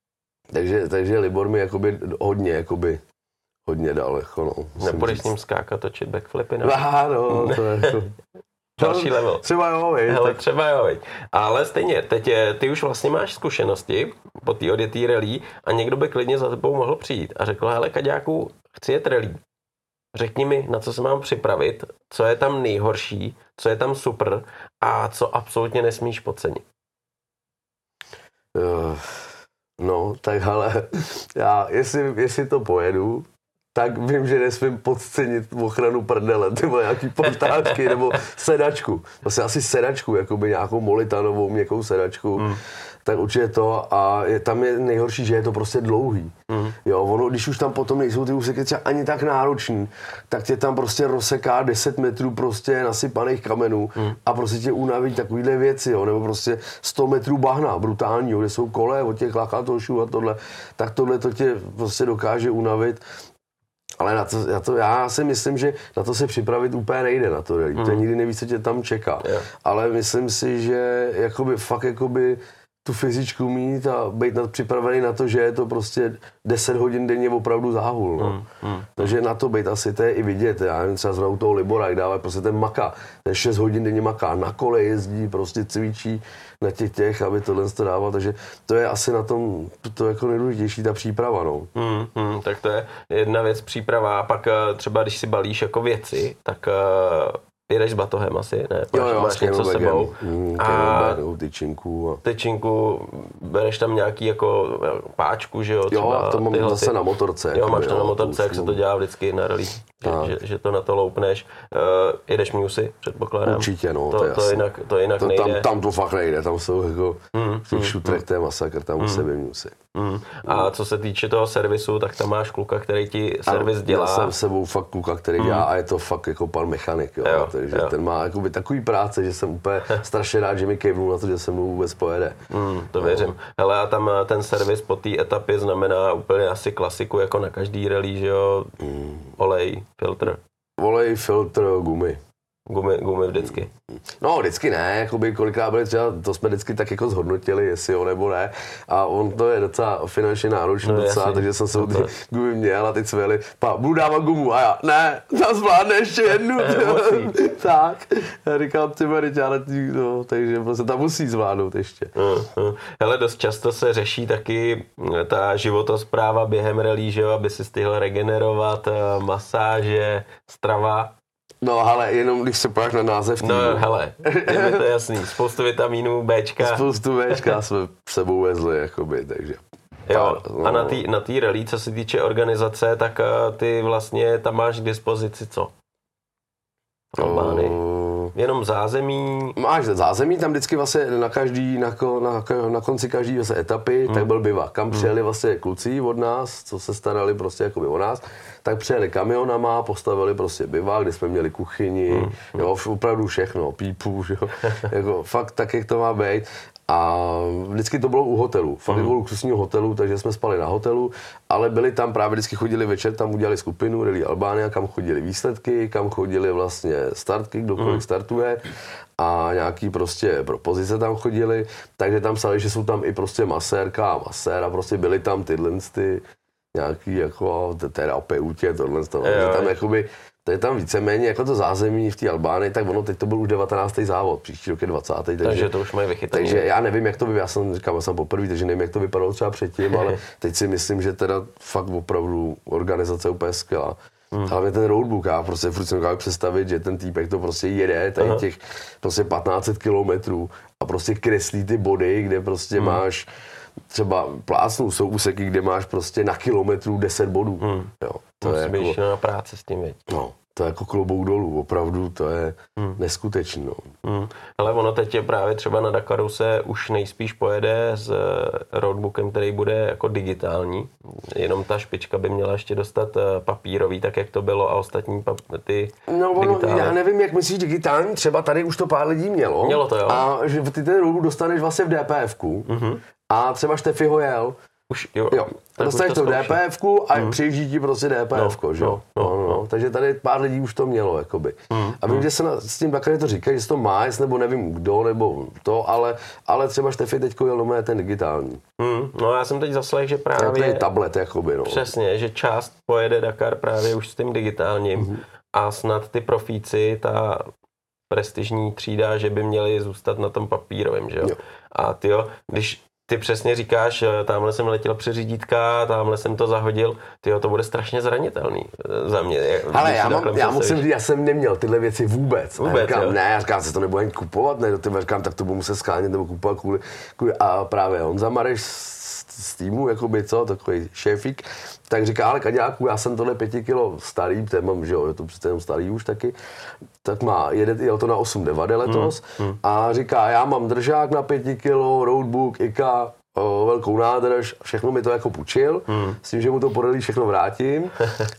Takže, takže Libor mi jakoby hodně, jakoby, hodně dal, jako no. Nepůjdeš s ním skákat, točit backflipy? No, no, to je jako... Další level. Třeba jo, viď. Hele, třeba jo, viď. Ale stejně, teď je, ty už vlastně máš zkušenosti po té odjetý rally a někdo by klidně za tebou mohl přijít a řekl, hele, Kaďáku, chci jet rally. Řekni mi, na co se mám připravit, co je tam nejhorší, co je tam super a co absolutně nesmíš podcenit. Uh... No, tak ale já, jestli, jestli to pojedu, tak vím, že nesmím podcenit ochranu prdele, nebo nějaký portáčky, nebo sedačku. Vlastně asi sedačku, jakoby nějakou molitanovou měkkou sedačku. Mm. Tak určitě to a je, tam je nejhorší, že je to prostě dlouhý. Mm. Jo, ono, když už tam potom nejsou ty úseky třeba ani tak náročný, tak tě tam prostě rozseká deset metrů prostě nasypaných kamenů mm. a prostě tě unaví takovýhle věci, jo, nebo prostě sto metrů bahna brutálního, kde jsou kole od těch lakatošů a tohle, tak tohle to tě prostě dokáže unavit. Ale na to, na to, já si myslím, že na to se připravit úplně nejde na to, mm. to nikdy nevíš, co tě tam čeká. Yeah. Ale myslím si, že jakoby fakt jakoby tu fyzičku mít a být připravený na to, že je to prostě deset hodin denně opravdu záhul. No. Mm, mm. Takže na to být asi to je i vidět. Já nevím, třeba zrovna u toho Libora, jak dává prostě ten maka, ten šest hodin denně maká, na kole jezdí, prostě cvičí na těch těch, aby tohle to dával. Takže to je asi na tom to jako nejdůležitější, ta příprava. No. Mm, mm, tak to je jedna věc příprava a pak třeba, když si balíš jako věci, tak jedeš s batohem asi, ne? Jo, jo, máš něco s sebou. Mm, a tyčinku. A... Tyčinku, bereš tam nějaký jako páčku, že jo? Jo, a to mám zase ty... na motorce. Jo, máš to na motorce, jak se to dělá vždycky na rally, že, že, že to na to loupneš. Uh, jedeš musy, předpokládám. Určitě, no, to, to je to jinak, to jinak to, nejde. Tam, tam to fakt nejde, tam jsou jako mm, v těch mm, šutrech, to je masakr, tam mm, musí být musy. Mm. A co se týče toho servisu, tak tam máš kluka, který ti servis ano, dělá. Já jsem s sebou fakt kluka, který mm. dělá a je to fakt jako pan mechanik, jo. jo takže jo. ten má jakoby takový práce, že jsem úplně strašně rád, že mi kejvnul na to, že se mnou vůbec pojede. Mm, to věřím. No. Hele, a tam ten servis po té etapě znamená úplně asi klasiku, jako na každý rally, že jo? Mm. Olej, filtr. Olej, filtr, gumy. Gumy, gumy vždycky. No, vždycky ne, jakoby kolikrát byli třeba, to jsme vždycky tak jako zhodnotili, jestli jo nebo ne. A on to je docela finančně náročný, no, docela, jasný. Takže jsem se ty gumy měl a teď jsme jeli, pa, budu dávat gumu a já, ne, tam zvládne ještě jednu. Tak, já říkám, ty tady ale no, takže prostě tam musí zvládnout ještě. Uh, uh. Hele, dost často se řeší taky ta životospráva během rally, že jo, aby si stihl regenerovat, masáže, strava. No, ale jenom když se podíváš na název týmu. No, hele, je mi to jasný. Spoustu vitamínů, Bčka. Spoustu Bčka jsme sebou vezli, jakoby, takže. Jo, no. A na té na té rally, co se týče organizace, tak uh, ty vlastně tam máš k dispozici co? Albány. Uh... Jenom zázemí. Máš zázemí, tam vždycky vlastně na každý, na, na, na konci každý vlastně etapy, hmm. tak byl bivak. Kam přijeli vlastně kluci od nás, co se starali prostě jakoby o nás, tak přijeli kamionama, postavili prostě bivak, kde jsme měli kuchyni, hmm. jo, opravdu všechno, pípu, jo, jako fakt tak, jak to má být. A vždycky to bylo u hotelu, fakt mm. bylo luxusního hotelu, takže jsme spali na hotelu, ale byli tam právě vždycky chodili večer, tam udělali skupinu Rally Albánia, kam chodili výsledky, kam chodili vlastně startky, kdokoliv mm. startuje a nějaký prostě propozice tam chodili, takže tam psali, že jsou tam i prostě masérka a masér a prostě byli tam tyhle ty nějaký jako terapeutě, tohle, tohle, že tam jakoby to je tam víceméně jako to zázemí v té Albánii, tak ono teď to byl už devatenáctý závod, příští rok je dvacátý Takže, takže to už mají vychytané. Takže já nevím, jak to by, já jsem říkal, já jsem poprvé, takže nevím, jak to vypadalo třeba předtím, ale teď si myslím, že teda fakt opravdu organizace je úplně skvělá. Hmm. Hlavně ten roadbook, já prostě furt si dokážu představit, že ten týpek to prostě jede, tady Aha. těch prostě patnáct set kilometrů a prostě kreslí ty body, kde prostě hmm. máš třeba plácnou, jsou úseky, kde máš prostě na kilometru deset bodů. Hmm. Jo, to musí je jako, na práci s tím, věď. No, to je jako klobouk dolů, opravdu, to je hmm. neskutečný. No. Hmm. Ale ono teď je právě třeba na Dakaru se už nejspíš pojede s roadbookem, který bude jako digitální. Jenom ta špička by měla ještě dostat papírový, tak jak to bylo a ostatní pap- ty No ono, já nevím, jak myslíš digitální, třeba tady už to pár lidí mělo. Mělo to, jo. A že ty ten roadbook dostaneš vlastně v DPFku. Mm-hmm. A třeba Štefy ho jel. Už, jo. jo. Dostaneš to v DPFku a mm. přijíždí ti prostě DPFko, no, že jo? No, no, no, no. Takže tady pár lidí už to mělo, jakoby. Mm. A vím, mm. že se na, s tím Dakary to říkají, že se to má, jestli nebo nevím kdo, nebo to, ale, ale třeba Štefy teďko jel doma ten digitální. Mm. No já jsem teď zaslech, že právě... To je tablet, jakoby, no. Přesně, že část pojede Dakar právě už s tím digitálním mm. a snad ty profíci, ta prestižní třída, že by měli zůstat na tom papírovém, že jo? jo. A tyjo, když ty přesně říkáš, tamhle jsem letěl přes řídítka, tamhle jsem to zahodil, tyjo, to bude strašně zranitelný za mě. Ale já, mám, já musím říct, já jsem neměl tyhle věci vůbec. vůbec já říkám, ne, já říkám, se to nebudu ani kupovat, ne, ty říkám, tak to budu muset skánět nebo kupovat kvůli, kvůli. A právě Honza Mareš z týmu, jakoby co, takový šéfík, tak říká, ale Kaďáku, já jsem tohle pěti kilo starý, ten mám, že jo, je to přece jenom starý už taky, tak má, jede, jel to na osm devat letos hmm. Hmm. a říká, já mám držák na pěti kilo, roadbook, I K A, o, velkou nádrž, všechno mi to jako půjčil, hmm. s tím, že mu to podalí všechno vrátím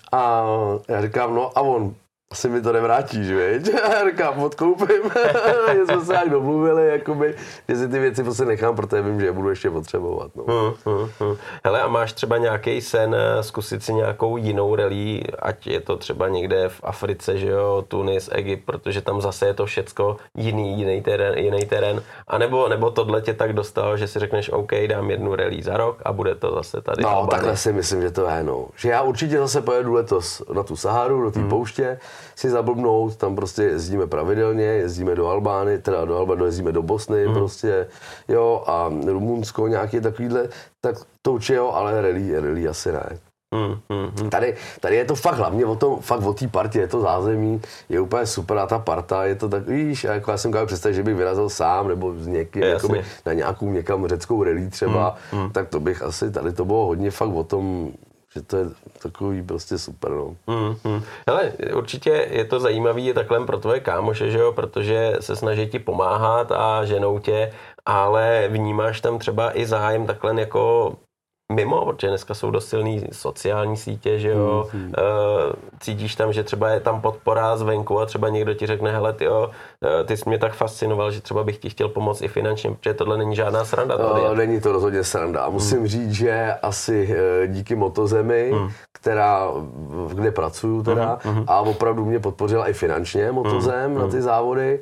a já říkám, no a on, asi mi to nevrátíš, viď? Já říkám, odkoupím, že jsme se jak domluvili, jakoby, že si ty věci prostě nechám, protože vím, že je budu ještě potřebovat. No. Hmm, hmm, hmm. Hele, a máš třeba nějaký sen zkusit si nějakou jinou rally, ať je to třeba někde v Africe, že jo, Tunis, Egypt, protože tam zase je to všecko jiný, jiný terén, jiný terén, a nebo, nebo tohle tě tak dostalo, že si řekneš, OK, dám jednu rally za rok a bude to zase tady. No, takhle si myslím, že to je, no. Že já určitě zase pojedu letos na tu Saharu, do té hmm. pouště, si zablbnout, tam prostě jezdíme pravidelně, jezdíme do Albány, teda do Albány, jezdíme do Bosny, mm. prostě, jo, a Rumunsko, nějaký takovýhle, tak to určitě jo, ale rally, rally asi ne. Mm, mm, mm. Tady, tady je to fakt hlavně o tom, fakt o té partě, je to zázemí, je úplně super a ta parta, je to tak, víš, jako já jsem kávěl představit, že bych vyrazil sám, nebo s někým, jakoby, na nějakou někam řeckou rally třeba, mm, mm. tak to bych asi, tady to bylo hodně fakt o tom, že to je takový prostě super, no. Mm, mm. Hele, určitě je to zajímavý je takhle pro tvoje kámoše, že jo, protože se snaží ti pomáhat a ženou tě, ale vnímáš tam třeba i zájem takhle jako mimo, protože dneska jsou dost silný sociální sítě, že jo, mm, mm. cítíš tam, že třeba je tam podpora zvenku a třeba někdo ti řekne, hele, tyjo, ty jsi mě tak fascinoval, že třeba bych ti chtěl pomoct i finančně, protože tohle není žádná sranda. No, není to rozhodně sranda. Musím mm. říct, že asi díky Motozemi, mm. která, kde pracuju teda, mm. a opravdu mě podpořila i finančně Motozem mm. na ty závody,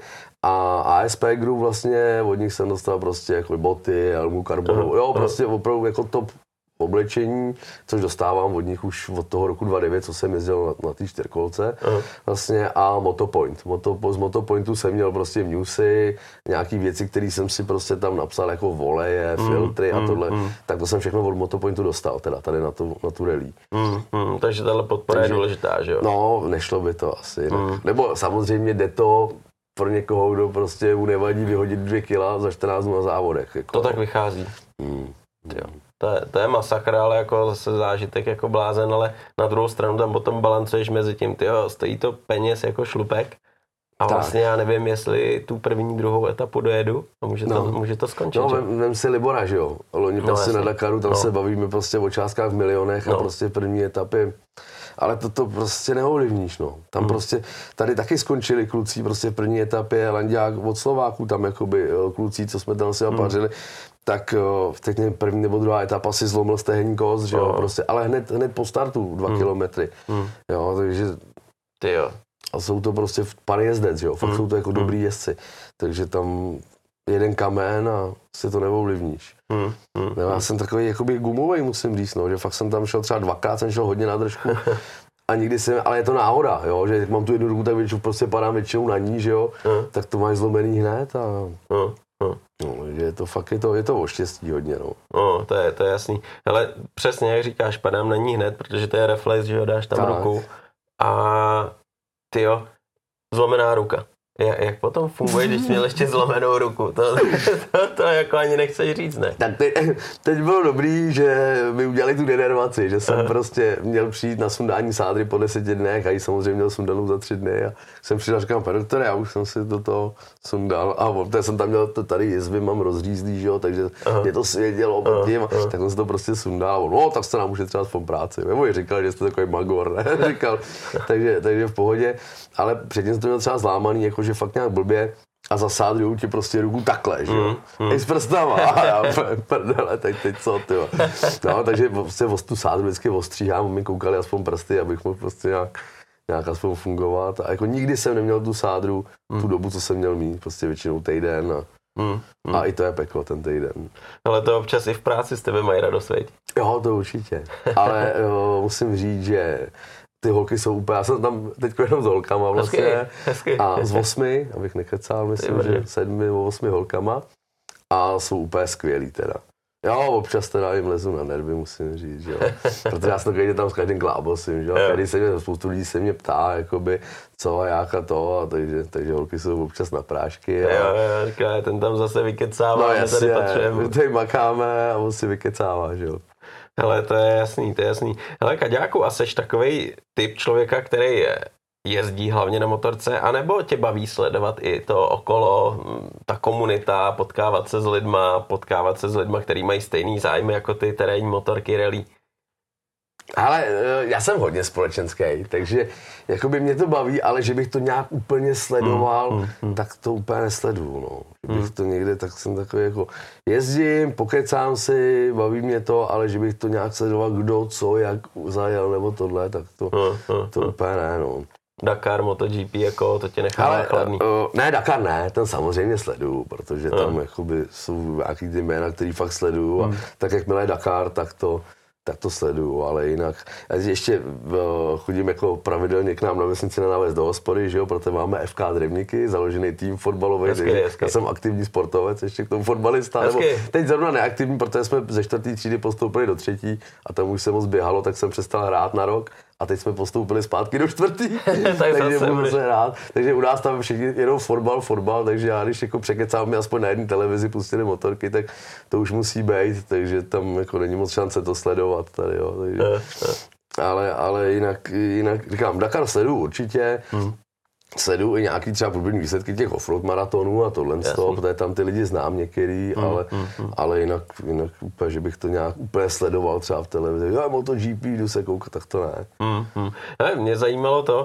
a A S P Group vlastně, od nich jsem dostal prostě jako boty, Elmu Carbonu, jo, prostě opravdu jako top oblečení, což dostávám od nich už od toho roku dva tisíce devět, co jsem jezdil na, na té čtyřkolce, uh-huh. vlastně, a Motopoint. Moto, z Motopointu jsem měl prostě newsy, nějaký věci, které jsem si prostě tam napsal, jako voleje, mm, filtry a tohle, mm, tak to jsem všechno od Motopointu dostal, teda tady na tu, na tu rally. Mm, mm, takže tahle podpora takže, je důležitá, že jo? No, nešlo by to asi. Mm. Nebo samozřejmě jde to pro někoho, kdo prostě mu nevadí vyhodit dvě kila za čtrnáct dnů na závodech. Jako. To tak vychází. Mm. Jo. To je, to je masakr, ale jako zase zážitek jako blázen, ale na druhou stranu tam potom balancuješ mezi tím, tyjo, stojí to peněz jako šlupek a tak. Vlastně já nevím, jestli tu první, druhou etapu dojedu a může to, no. může to skončit. No, vem, vem si Libora, že jo, loni no, prostě na Dakaru, tam no. se bavíme prostě o částkách v milionech no. a prostě v první etapě. Ale to, to prostě neovlivníš, no. Tam hmm. prostě, tady taky skončili kluci prostě v první etapě, Lanďák od Slováků, tam jakoby kluci, co jsme tam si opařili, hmm. tak teď nevím, první nebo druhá etapa si zlomil stehenní kost, že jo, no. prostě, ale hned, hned po startu dva hmm. kilometry, hmm. jo, takže ty jo. A jsou to prostě pan jezdec, že jo, fakt hmm. jsou to jako hmm. dobrý jezdci, takže tam jeden kamen a si to neovlivníš. Hmm. Hmm. No, já jsem takový jakoby gumovej, musím říct, no, že fakt jsem tam šel třeba dvakrát, jsem šel hodně na držku a nikdy jsem, ale je to náhoda, jo, že jak mám tu jednu ruku, tak většinou prostě padám většinou na ní, že jo, hmm. tak to máš zlomený hned a hmm. Hmm. no, že je to fakt, je to, je to o štěstí hodně, no. No, to je, to je jasný. Hele, přesně jak říkáš, padám na ní hned, protože to je reflex, že jo, dáš tam tak. ruku a tyjo, zlomená ruka. Jak potom funguje, když jsi měl ještě zlomenou ruku? To, to, to jako ani nechceš říct, ne? Tak teď, teď bylo dobrý, že mi udělali tu denervaci, že jsem Aha. prostě měl přijít na sundání sádry po deseti dnech a ji samozřejmě měl sundanou za tři dny a jsem přišel a říkám, pane doktore, já už jsem si do toho sundal a poté jsem tam měl to tady jizvy, mám rozřízlý, že jo, takže Aha. mě to svědělo pod tím, tak jsem si to prostě sundal. No, tak jste nám už třeba aspoň práci. Nebo ji říkal, že jste takový magor, ne? Říkal, takže, takže v pohodě, ale předtím jsem to měl třeba zlámaný, jako že fakt nějak blbě a zasádujou ti prostě ruku takhle, že jo. Mm, mm. I s prstama. A já prdele, tak teď co, tyjo. No, takže prostě tu sádru vždycky ostříhám, mi koukali aspoň prsty, abych mohl prostě nějak, nějak aspoň fungovat. A jako nikdy jsem neměl tu sádru, mm. tu dobu, co jsem měl mít, prostě většinou týden a, mm, mm. a i to je peklo, ten týden. Ale to občas i v práci s tebe mají radost, veď? Jo, to určitě. Ale jo, musím říct, že ty holky jsou úplně, já jsem tam teď jenom s holkama vlastně hezky, hezky. A z osmi, abych nekecal, myslím, že sedmi nebo osmi holkama a jsou úplně skvělí teda. Jo, občas teda jim lezu na nervy, musím říct, jo. Protože já jsem takový, tam s každým klábosím, že jo. Každý se mě, spoustu lidí se mě ptá, jakoby, co a jak a to, a takže, takže holky jsou občas na prášky. A... Jo, jo, říká, ten tam zase vykecává, no, jasně, tady patřujeme. Tady makáme a on si vykecává, že jo. Hele, to je jasný, to je jasný. Hele, Kaďáku, a seš takovej typ člověka, který je, jezdí hlavně na motorce, anebo tě baví sledovat i to okolo, ta komunita, potkávat se s lidma, potkávat se s lidma, který mají stejný zájmy jako ty, terénní motorky, rally? Ale já jsem hodně společenský, takže jakoby mě to baví, ale že bych to nějak úplně sledoval, mm, mm, mm. tak to úplně nesleduju, no. Že bych mm. to někde, tak jsem takový jako jezdím, pokecám si, baví mě to, ale že bych to nějak sledoval, kdo, co, jak zajel nebo tohle, tak to, mm, mm, to mm. úplně ne, no. Dakar, MotoGP, jako to tě nechá chladný. Uh, ne, Dakar ne, ten samozřejmě sleduju, protože tam uh. jakoby jsou nějaký ty jména, který fakt sleduju hmm. a tak jakmile Dakar, tak to, tak to sleduju, ale jinak. Já ještě uh, chodím jako pravidelně k nám na vesnici na návez do hospody, že jo, protože máme F K Drevníky, založený tým fotbalový, takže já jsem aktivní sportovec, ještě k tomu fotbalista, nebo teď zrovna neaktivní, protože jsme ze čtvrtý třídy postoupili do třetí a tam už se moc běhalo, tak jsem přestal hrát na rok. A teď jsme postoupili zpátky do čtvrtý, takže budu se hrát. Takže u nás tam všichni jedou fotbal, fotbal, takže já když jako překecám mi aspoň na jedné televizi pustili motorky, tak to už musí být, takže tam jako není moc šance to sledovat tady, jo. Takže, ale, ale jinak, jinak, říkám, Dakar sleduju určitě, hmm. sleduju i nějaký třeba průběžný výsledky těch offroad maratonů a tohle z toho, protože tam ty lidi znám některý, hmm. ale, hmm. ale jinak, jinak úplně, že bych to nějak úplně sledoval třeba v televizi. Já MotoGP, jdu se koukat, tak to ne. Hmm. Hmm. Ne, mě zajímalo to,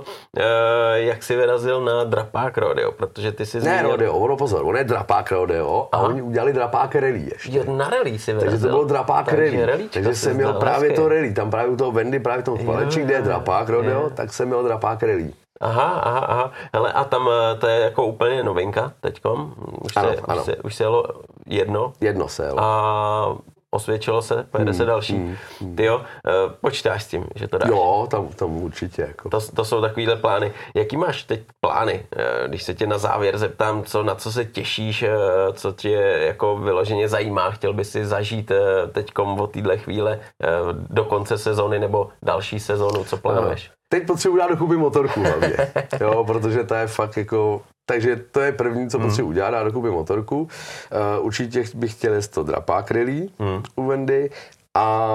jak jsi vyrazil na Drapák Rodeo, protože ty jsi zmínil... Ne Rodeo, ono pozor, on je Drapák Rodeo a oni udělali Drapák Rally ještě. Jo, na rally si vyrazil. Takže to bylo Drapák Rally. Takže jsem měl právě to rally, tam právě u toho Vendy, právě v tom Chvaleči, kde je Drapák Rodeo, tak jsem měl Drapák Rally. Aha, aha, aha. Hele, a tam to je jako úplně novinka teďkom? Už, ano, se, ano. Už, se, už se jelo jedno? Jedno se jelo. A osvědčilo se, pojede hmm, se další. Hmm, hmm. Ty jo, počítáš s tím, že to dáš? Jo, tam, tam určitě. Jako. To, to jsou takovýhle plány. Jaký máš teď plány? Když se tě na závěr zeptám, co, na co se těšíš, co tě jako vyloženě zajímá, chtěl bys si zažít teďkom od téhle chvíle do konce sezóny nebo další sezónu, co plánuješ? Teď potřebuji dát do Kuby motorku hlavně, jo, protože to je fakt jako, takže to je první, co potřebuji udělat, dát do Kuby motorku. Uh, určitě bych chtěl jet to Drapák Rally hmm. u Vendy a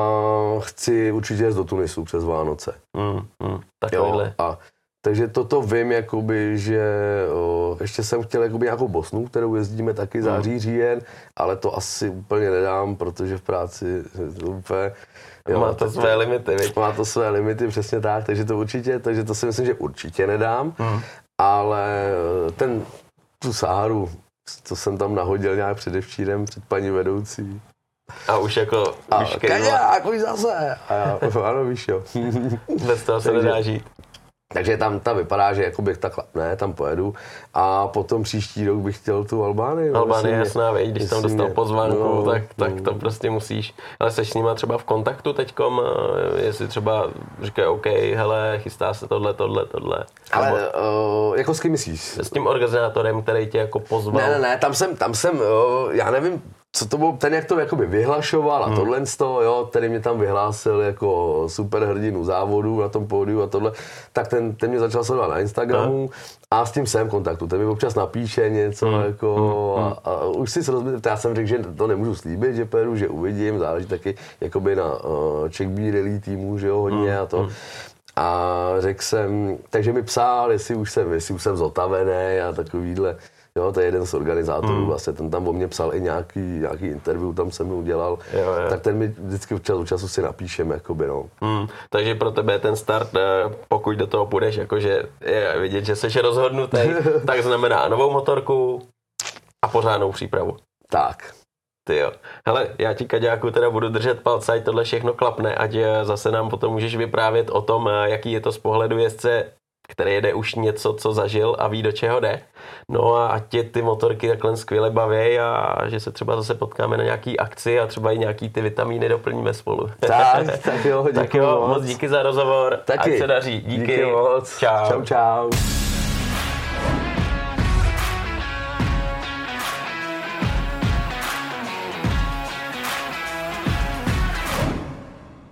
chci určitě jet do Tunisu přes Vánoce. Hmm. Hmm. Takovýhle. A takže toto vím, jakoby, že o, ještě jsem chtěl jakoby nějakou Bosnu, kterou jezdíme taky září, říjen, ale to asi úplně nedám, protože v práci to úplně... Jo, má to, to své limity, viď? Má to své limity, přesně tak, takže to určitě, takže to si myslím, že určitě nedám, hmm. ale ten, tu Saharu, co jsem tam nahodil nějak předevčírem před paní vedoucí. A už jako, a už Kaďák, už zase. A já, ano, víš jo. Bez toho se nedá žít. Takže tam ta vypadá, že jako bych takhle, ne, tam pojedu a potom příští rok bych chtěl tu Albánii. Albánie je jasná, věď, když tam dostal pozvánku, no, tak, tak no. to prostě musíš. Ale seš s nima třeba v kontaktu teďkom, jestli třeba říkají, OK, hele, chystá se tohle, tohle, tohle. Ale uh, jako s kým myslíš? S tím organizátorem, který tě jako pozval. Ne, ne, ne, tam jsem, tam jsem, uh, já nevím, co to bylo, ten jak to jakoby vyhlašoval a hmm. tohle z toho, jo, který mě tam vyhlásil jako super hrdinu závodu na tom pódiu a tohle, tak ten, ten mě začal sledovat na Instagramu hmm. a s tím jsem v kontaktu, ten mi občas napíše něco hmm. jako hmm. A, a už si rozbit, já jsem řekl, že to nemůžu slíbit, že pojedu, že uvidím, záleží taky jakoby na uh, Czech Bee Rally týmu, že jo, hodně hmm. a to. Hmm. A řekl jsem, takže mi psal, jestli už jsem, jestli už jsem zotavený a takovýhle. Jo, to je jeden z organizátorů, mm. vlastně ten tam o mě psal i nějaký, nějaký interview, tam se mnou dělal, jo, jo. Tak ten mi vždycky v času, času si napíšem, jakoby, no. Mm. Takže pro tebe ten start, pokud do toho půjdeš, jakože je vidět, že jsi rozhodnutý, tak znamená novou motorku a pořádnou přípravu. Tak. Ty jo. Hele, já ti, Kaďáku, teda budu držet palce, ať tohle všechno klapne, ať zase nám potom můžeš vyprávět o tom, jaký je to z pohledu jezdce, který jede už něco, co zažil a ví, do čeho jde. No a ať tě ty motorky takhle skvěle baví a že se třeba zase potkáme na nějaký akci a třeba i nějaký ty vitamíny doplníme spolu. Tak, tak jo, děkuji tak jo, moc. moc díky za rozhovor. Taky. Ať se daří. Díky. Díky moc. Čau. Čau, čau.